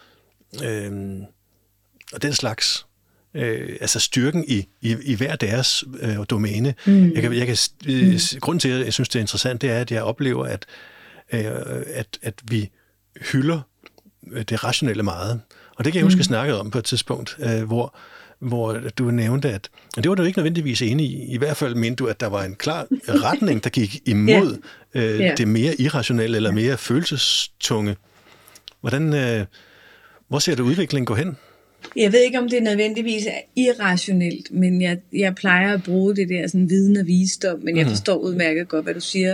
den slags. Altså styrken i hver deres domæne. Grunden til, at jeg synes, det er interessant, det er, at jeg oplever, at vi hylder det rationelle meget. Og det kan jeg huske, snakket om på et tidspunkt, hvor du nævnte, at det var du ikke nødvendigvis enig i. I hvert fald mente du, at der var en klar retning, der gik imod det mere irrationelle eller mere følelsestunge. Hvor ser du udviklingen gå hen? Jeg ved ikke, om det nødvendigvis er irrationelt, men jeg plejer at bruge det der sådan viden og visdom, men jeg forstår udmærket godt, hvad du siger.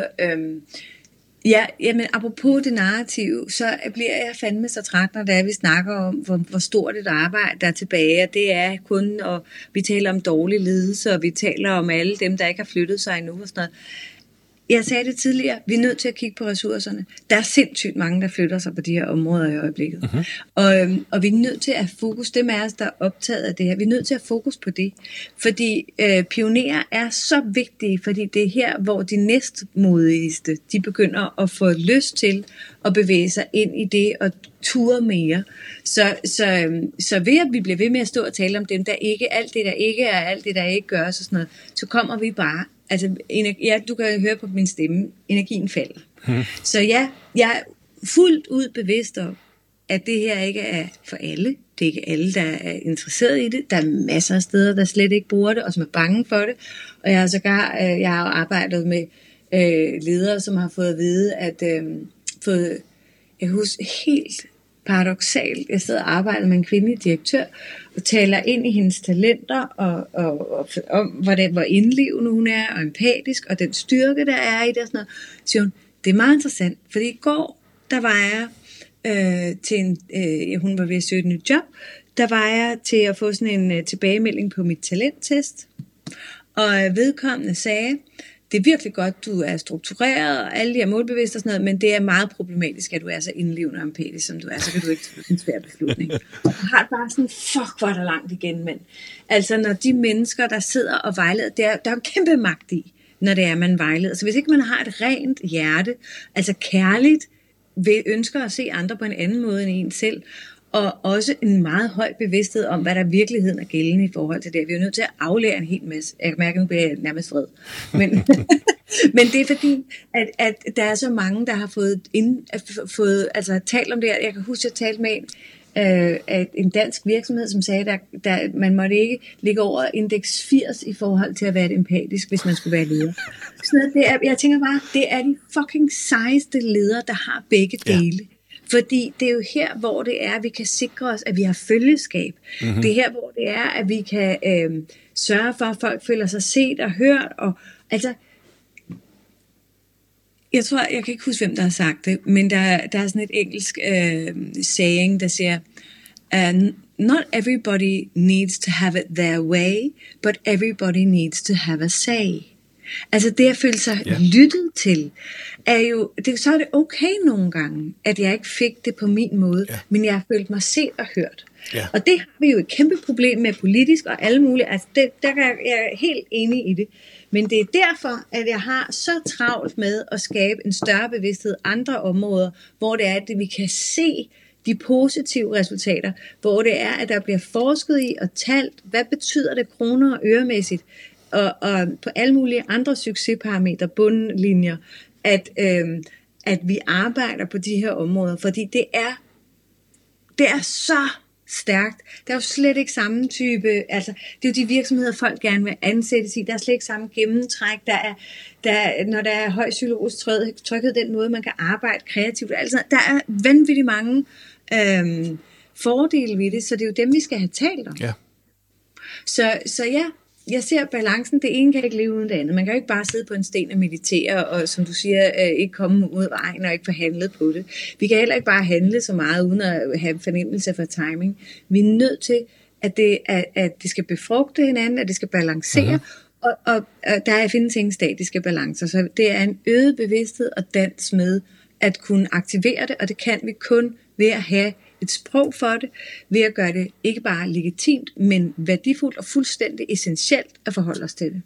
Men apropos det narrativ, så bliver jeg fandme så træt, når vi snakker om, hvor stort et arbejde der er tilbage, og det er kun, og vi taler om dårlig ledelse, og vi taler om alle dem, der ikke har flyttet sig endnu og sådan noget. Jeg sagde det tidligere, vi er nødt til at kigge på ressourcerne. Der er sindssygt mange, der flytter sig på de her områder i øjeblikket. Mm-hmm. Og vi er nødt til at fokus, dem af os, der er optaget af det her, vi er nødt til at fokus på det. Fordi pionerer er så vigtige, fordi det er her, hvor de næstmodigste, de begynder at få lyst til at bevæge sig ind i det og ture mere. Så ved at vi bliver ved med at stå og tale om dem, der ikke, alt det der ikke er, alt det der ikke gøres og sådan noget, så kommer vi bare. Altså, du kan høre på min stemme, energien falder. Så jeg er fuldt ud bevidst om, at det her ikke er for alle. Det er ikke alle, der er interesseret i det. Der er masser af steder, der slet ikke bruger det, og som er bange for det. Og jeg har jo arbejdet med ledere, som har fået at vide, at jeg kan huske helt paradoksalt, jeg sidder og arbejder med en kvindelig direktør, og taler ind i hendes talenter, og om, hvor indlevende hun er, og empatisk, og den styrke, der er i det, og sådan noget. Så siger hun, det er meget interessant, fordi i går, der var jeg hun var ved at søge et nyt job, der var jeg til at få sådan en tilbagemelding på mit talenttest, og vedkommende sagde, det er virkelig godt, du er struktureret, og alle de her målbevidste og sådan noget, men det er meget problematisk, at du er så indlevende og empatisk, som du er, så kan du ikke tage en svær beslutning. Og du har bare sådan, fuck, hvor er der langt igen, mand. Altså, når de mennesker, der sidder og vejleder, der er jo kæmpe magt i, når det er, man vejleder. Så hvis ikke man har et rent hjerte, altså kærligt, ønsker at se andre på en anden måde end en selv, og også en meget høj bevidsthed om, hvad der i virkeligheden er gældende i forhold til det. Vi er jo nødt til at aflære en hel masse. Jeg kan mærke, at nu bliver jeg nærmest vred. Men det er fordi, at der er så mange, der har fået talt om det her. Jeg kan huske, at jeg talte med en dansk virksomhed, som sagde, at man måtte ikke ligge over indeks 80 i forhold til at være empatisk, hvis man skulle være leder. Jeg tænker bare, det er de fucking sejeste ledere, der har begge dele. Fordi det er jo her, hvor det er, at vi kan sikre os, at vi har følgeskab. Mm-hmm. Det er her, hvor det er, at vi kan sørge for, at folk føler sig set og hørt. Og, altså, jeg kan ikke huske, hvem der har sagt det, men der er sådan et engelsk saying, der siger, not everybody needs to have it their way, but everybody needs to have a say. Altså det at føle sig lyttet til, så er det okay nogle gange, at jeg ikke fik det på min måde, men jeg har følt mig set og hørt. Ja. Og det har vi jo et kæmpe problem med politisk og alle mulige, altså jeg er helt enig i det. Men det er derfor, at jeg har så travlt med at skabe en større bevidsthed andre områder, hvor det er, at vi kan se de positive resultater, hvor det er, at der bliver forsket i og talt, hvad betyder det kroner og øremæssigt, og på alle mulige andre succesparametre, bundlinjer, at vi arbejder på de her områder, fordi det er så stærkt. Der er jo slet ikke samme type, altså det er jo de virksomheder, folk gerne vil ansættes i, der er slet ikke samme gennemtræk, når der er høj psykologisk tryghed, den måde, man kan arbejde kreativt, altså der er vanvittigt mange fordele ved det, så det er jo dem, vi skal have talt om. Ja. Så ja, jeg ser balancen, det ene kan ikke leve uden det andet. Man kan jo ikke bare sidde på en sten og meditere, og som du siger, ikke komme ud af vejen og ikke få handlet på det. Vi kan heller ikke bare handle så meget, uden at have fornemmelse for timing. Vi er nødt til, at det skal befrugte hinanden, at det skal balancere, og der findes ingen statiske balancer. Så det er en øget bevidsthed og dans med at kunne aktivere det, og det kan vi kun ved at have et sprog for det, ved at gøre det ikke bare legitimt, men værdifuldt og fuldstændig essentielt at forholde os til det.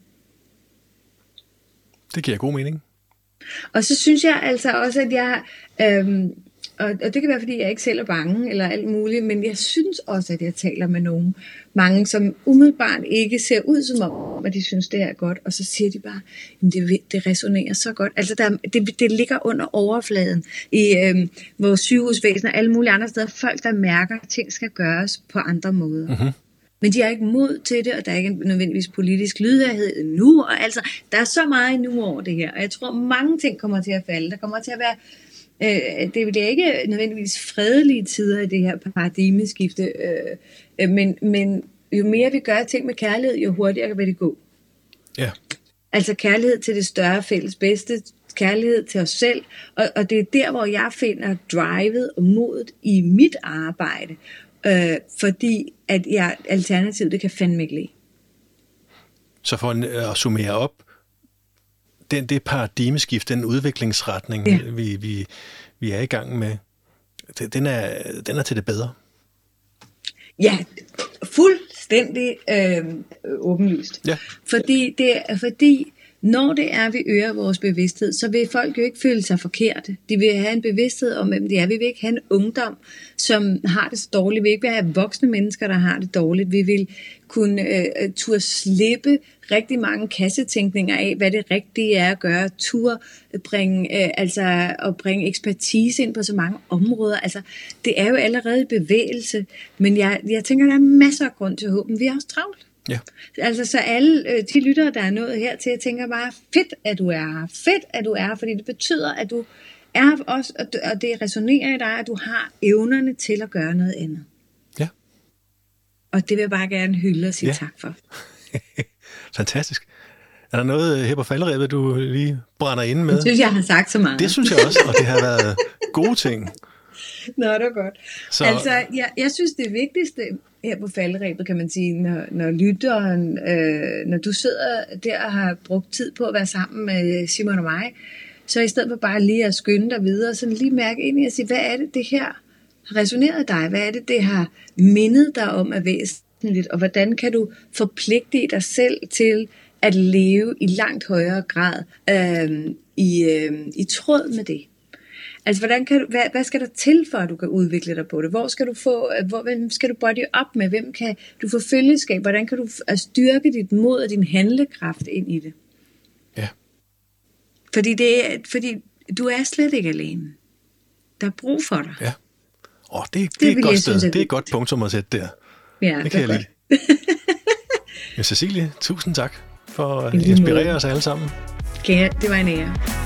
Det giver god mening. Og så synes jeg altså også, at jeg, og det kan være, fordi jeg ikke selv er bange, eller alt muligt, men jeg synes også, at jeg taler med nogen, mange, som umiddelbart ikke ser ud som om, at de synes, det er godt, og så siger de bare, at det resonerer så godt. Altså, det ligger under overfladen i vores sygehusvæsen og alle mulige andre steder. Folk, der mærker, at ting skal gøres på andre måder. Mm-hmm. Men de har ikke mod til det, og der er ikke nødvendigvis politisk lydhørhed nu, og altså, der er så meget nu over det her, og jeg tror, mange ting kommer til at falde. Der kommer til at være det er ikke nødvendigvis fredelige tider i det her paradigmeskifte, men jo mere vi gør ting med kærlighed, jo hurtigere vil det gå. Ja. Altså kærlighed til det større fælles bedste, kærlighed til os selv, og det er der, hvor jeg finder drivet og modet i mit arbejde, fordi at alternativet, det kan fandme ikke lide. Så for at summere op, det paradigmeskift, den udviklingsretning, ja, vi er i gang med, den er til det bedre. Ja, fuldstændig åbenlyst. Ja. Fordi når det er, vi øger vores bevidsthed, så vil folk jo ikke føle sig forkerte. De vil have en bevidsthed om, hvem de er. Vi vil ikke have en ungdom, som har det så dårligt. Vi vil ikke have voksne mennesker, der har det dårligt. Vi vil kunne turde slippe rigtig mange kassetænkninger af, hvad det rigtige er at gøre. Turde bringe ekspertise ind på så mange områder. Altså, det er jo allerede bevægelse. Men jeg tænker, der er masser af grund til håben. Vi er også travlt. Ja. Altså så alle de lyttere, der er nået hertil, jeg tænker bare, fedt at du er her, fordi det betyder, at du er også, og det resonerer i dig, at du har evnerne til at gøre noget andet. Ja. Og det vil jeg bare gerne hylde og sige tak for. Fantastisk. Er der noget her på falderebet, du lige brænder inde med? Jeg synes, jeg har sagt så meget. Det synes jeg også, og det har været gode ting. Nå, det er godt. Så... Altså, jeg synes, det vigtigste her på falderebet, kan man sige, når lytteren, når du sidder der og har brugt tid på at være sammen med Simon og mig, så i stedet for bare lige at skynde dig videre, så lige mærke ind i at sige, hvad er det her har resoneret dig? Hvad er det har mindet dig om at væsentligt? Og hvordan kan du forpligte dig selv til at leve i langt højere grad i tråd med det? Altså, hvad skal der til, for at du kan udvikle dig på det? Hvem skal du body op med? Hvem kan du få følgeskab? Hvordan kan du styrke dit mod og din handlekraft ind i det? Ja. Fordi du er slet ikke alene. Der er brug for dig. Ja. Det er et godt sted. Det er et godt punktum at sætte der. Ja, det kan jeg lide. Men Cecilie, tusind tak for at inspirere os alle sammen. Okay, det var en ære.